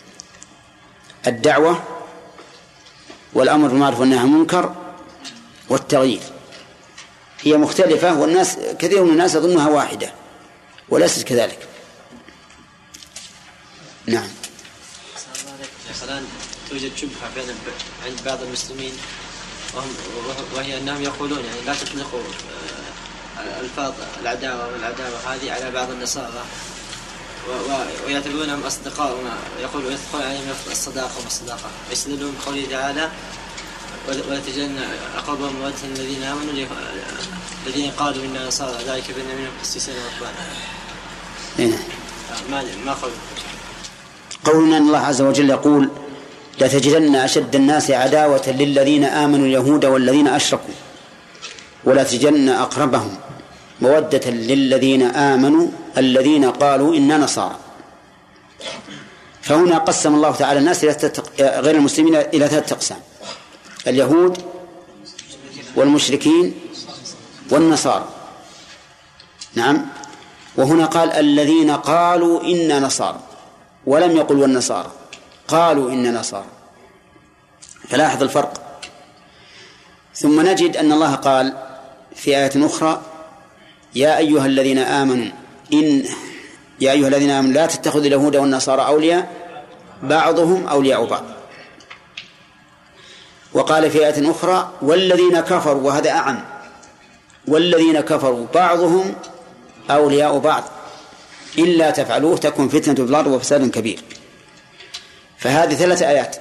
الدعوة والأمر بالمعروف والنهي عن المنكر والتغيير. هي مختلفة والناس كثير من الناس يظنها واحدة وليست كذلك. نعم. مثلا توجد شبهة عند بعض المسلمين وهي أنهم يقولون يعني لا تطلقوا ألفاظ العداوة والعداوة هذه على بعض النصارى ويعتبرونهم أصدقاء، ويقولوا يدخل عليهم الصداقة والصداقة، ويستدلون بقوله تعالى ولا تجدن أقربهم مودة الذين آمنوا الذين قالوا إنا نصارى ذلك بأن منهم قسيسين ورهبانا. ما قولنا أن الله عز وجل يقول لتجدن أشد الناس عداوة للذين آمنوا اليهود والذين أشركوا ولا تجدن أقربهم مودة للذين آمنوا الذين قالوا إنا نصارى. فهنا قسم الله تعالى الناس غير المسلمين إلى 3 أقسام: اليهود والمشركين والنصارى. نعم. وهنا قال الذين قالوا إنا نصارى، ولم يقل والنصارى، قالوا إنا نصارى. فلاحظ الفرق. ثم نجد أن الله قال في آية أخرى يا أيها الذين آمنوا لا تتخذوا اليهود والنصارى أولياء بعضهم أولياء بعض. وقال في آية أخرى والذين كفروا، وهذا أعم، والذين كفروا بعضهم أولياء بعض إلا تفعلوه تكن فتنة في الأرض وفساد كبير. فهذه 3 آيات.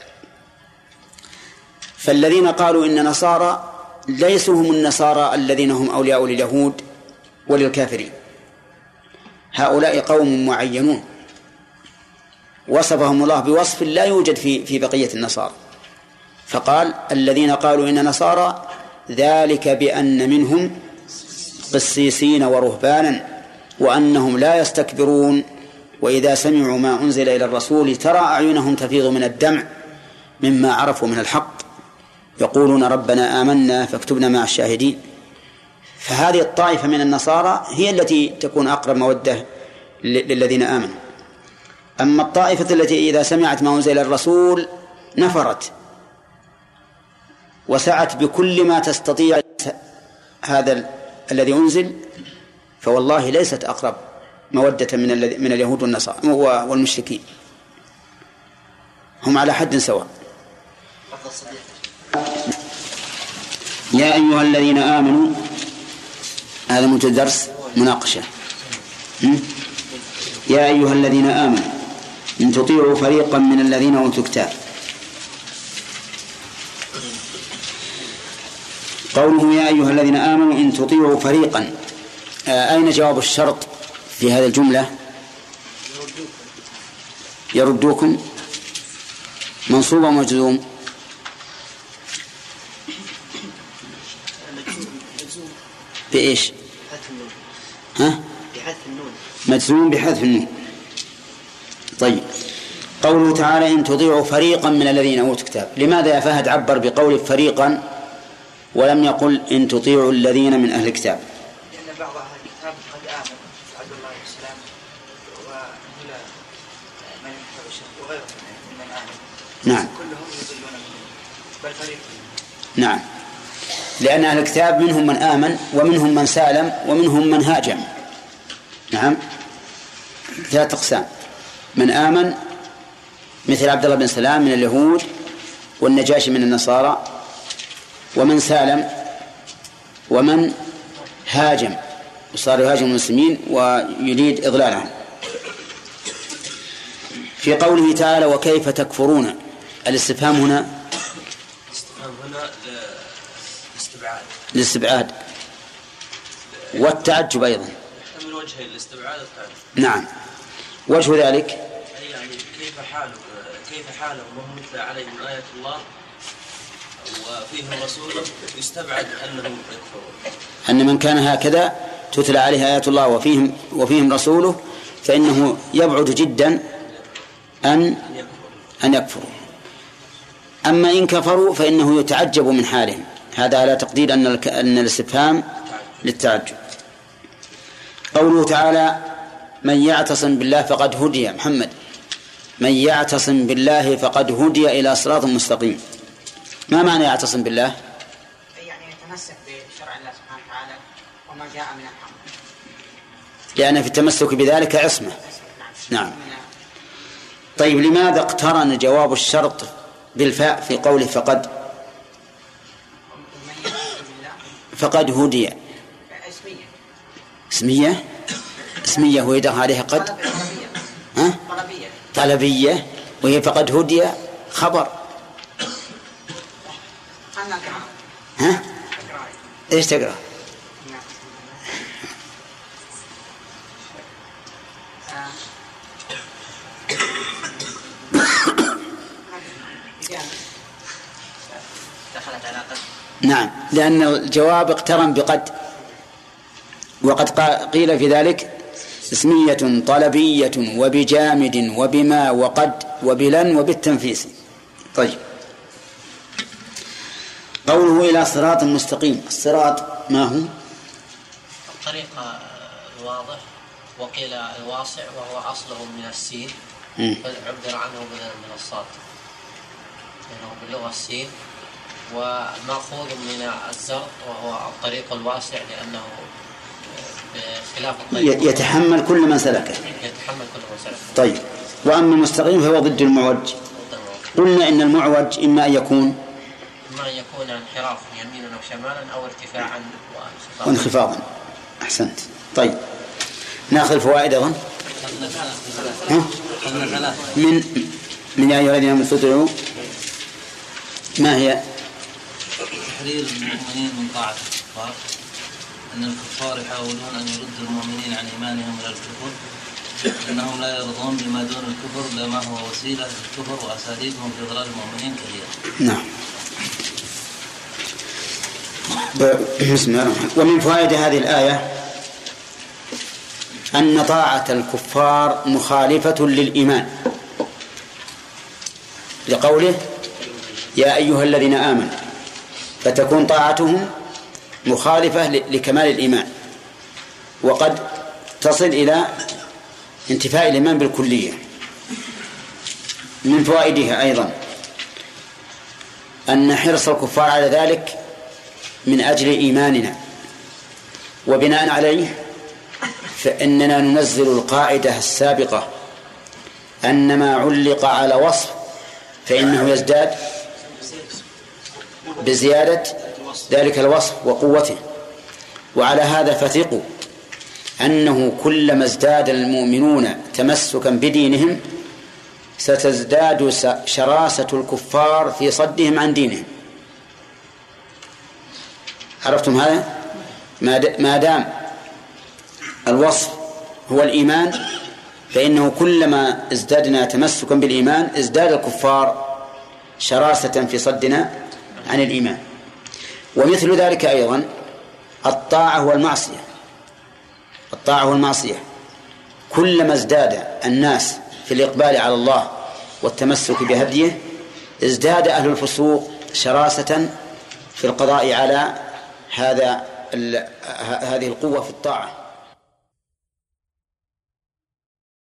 فالذين قالوا إن نصارى ليسوا هم النصارى الذين هم أولياء لليهود وللكافرين، هؤلاء قوم معينون وصفهم الله بوصف لا يوجد في بقية النصارى. فقال الذين قالوا إن نصارى ذلك بأن منهم قسيسين ورهبانا وأنهم لا يستكبرون وإذا سمعوا ما أنزل إلى الرسول ترى أعينهم تفيض من الدمع مما عرفوا من الحق يقولون ربنا آمنا فاكتبنا مع الشاهدين. فهذه الطائفة من النصارى هي التي تكون أقرب مودة للذين آمنوا. أما الطائفة التي إذا سمعت ما أنزل إلى الرسول نفرت وسعت بكل ما تستطيع هذا الذي أنزل، فوالله ليست أقرب مودة من اليهود والنصارى والمشركين، هم على حد سواء. يا أيها الذين آمنوا، هذا منتهى الدرس مناقشة. يا أيها الذين آمنوا إن تطيعوا فريقا من الذين أوتوا الكتاب. قوله يا أيها الذين آمنوا إن تطيعوا فريقا، أين جواب الشرط في هذه الجملة؟ يردوكم منصوب ومجزوم. بإيش؟ ها؟ مجزوم بحذف النون. طيب، قوله تعالى إن تطيعوا فريقا من الذين أوتوا الكتاب، لماذا يا فهد عبر بقول فريقا ولم يقل إن تطيعوا الذين من أهل الكتاب؟ لأن بعض أهل الكتاب قد آمن عبد الله عليه السلام وهنا من يحب الشرك وغيره من آمن. نعم. كلهم يضلون منهم بل فريق. نعم، لأن أهل الكتاب منهم من آمن ومنهم من سالم ومنهم من هاجم. نعم، 3 أقسام: من آمن مثل عبد الله بن سلام من اليهود والنجاشي من النصارى، ومن سالم، ومن هاجم وصار يهاجم المسلمين ويريد إضلالهم. في قوله تعالى وكيف تكفرون، الاستفهام هنا الاستبعاد والتعجب أيضا. من وجهين، الاستبعاد والتعجب. نعم، وجه ذلك يعني كيف حالهم وهم مثل عليهم آية الله وفيهم رسوله يستبعد أنهم يكفرون. أن من كان هكذا تتلى عليه آيات الله وفيهم رسوله فإنه يبعد جدا أن يكفروا. أما إن كفروا فإنه يتعجب من حالهم. هذا على تقدير أن الاستفهام للتعجب. قوله تعالى من يعتصم بالله فقد هدي. محمد، من يعتصم بالله فقد هدي إلى صراط مستقيم. ما معنى يعتصم بالله؟ يعني يتمسك بشرع الله سبحانه وتعالى وما جاء من الحق، لأن في التمسك بذلك عصمة. نعم. طيب، لماذا اقترن جواب الشرط بالفاء في قوله فقد هدي؟ اسمية ويدخل عليها قد طلبية، وهي فقد هدي خبر. ها؟ ايش تقرأ؟ نعم، لأن الجواب اقترن بقد، وقد قيل في ذلك اسمية طلبية وبجامد وبما وقد وبلن وبالتنفيس. طيب، قوله إلى صراط مستقيم، الصراط ما هو؟ الطريق الواضح، وقيل الواسع، وهو أصله من السين فعبر عنه من الصاد، لأنه باللغة السين، ومأخوذ من الزرق وهو الطريق الواسع لأنه بخلاف الطريق يتحمل كل من سلكه. طيب، وأما المستقيم فهو ضد المعوج. قلنا إن المعوج إما أن يكون انحراف يمينا أو شمالا أو ارتفاعا وانخفاضا. أحسنت. طيب، نأخذ الفوائد أيضا. من يا أيها الذين آمنوا تطيعوا، ما هي؟ تحرير المؤمنين من طاعة الكفار، أن الكفار يحاولون أن يردوا المؤمنين عن إيمانهم إلى الكفر، لأنهم لا يرضون بما دون الكفر لما هو وسيلة للكفر، وأساليبهم في ضلال المؤمنين كثيرة. نعم. بسم الله. ومن فوائد هذه الآية أن طاعة الكفار مخالفة للإيمان، لقوله يا أيها الذين آمنوا، فتكون طاعتهم مخالفة لكمال الإيمان، وقد تصل إلى انتفاء الإيمان بالكلية. من فوائدها أيضا أن حرص الكفار على ذلك من أجل إيماننا، وبناء عليه فإننا ننزل القاعدة السابقة أن ما علق على وصف فإنه يزداد بزيادة ذلك الوصف وقوته. وعلى هذا فثقوا أنه كلما ازداد المؤمنون تمسكا بدينهم ستزداد شراسة الكفار في صدهم عن دينهم. عرفتم هذا؟ ما دام الوصف هو الإيمان، فإنه كلما ازدادنا تمسكا بالإيمان ازداد الكفار شراسة في صدنا عن الإيمان. ومثل ذلك أيضا الطاعة والمعصية. الطاعة والمعصية كلما ازداد الناس في الإقبال على الله والتمسك بهديه ازداد أهل الفسوق شراسة في القضاء على هذه القوة في الطاعة.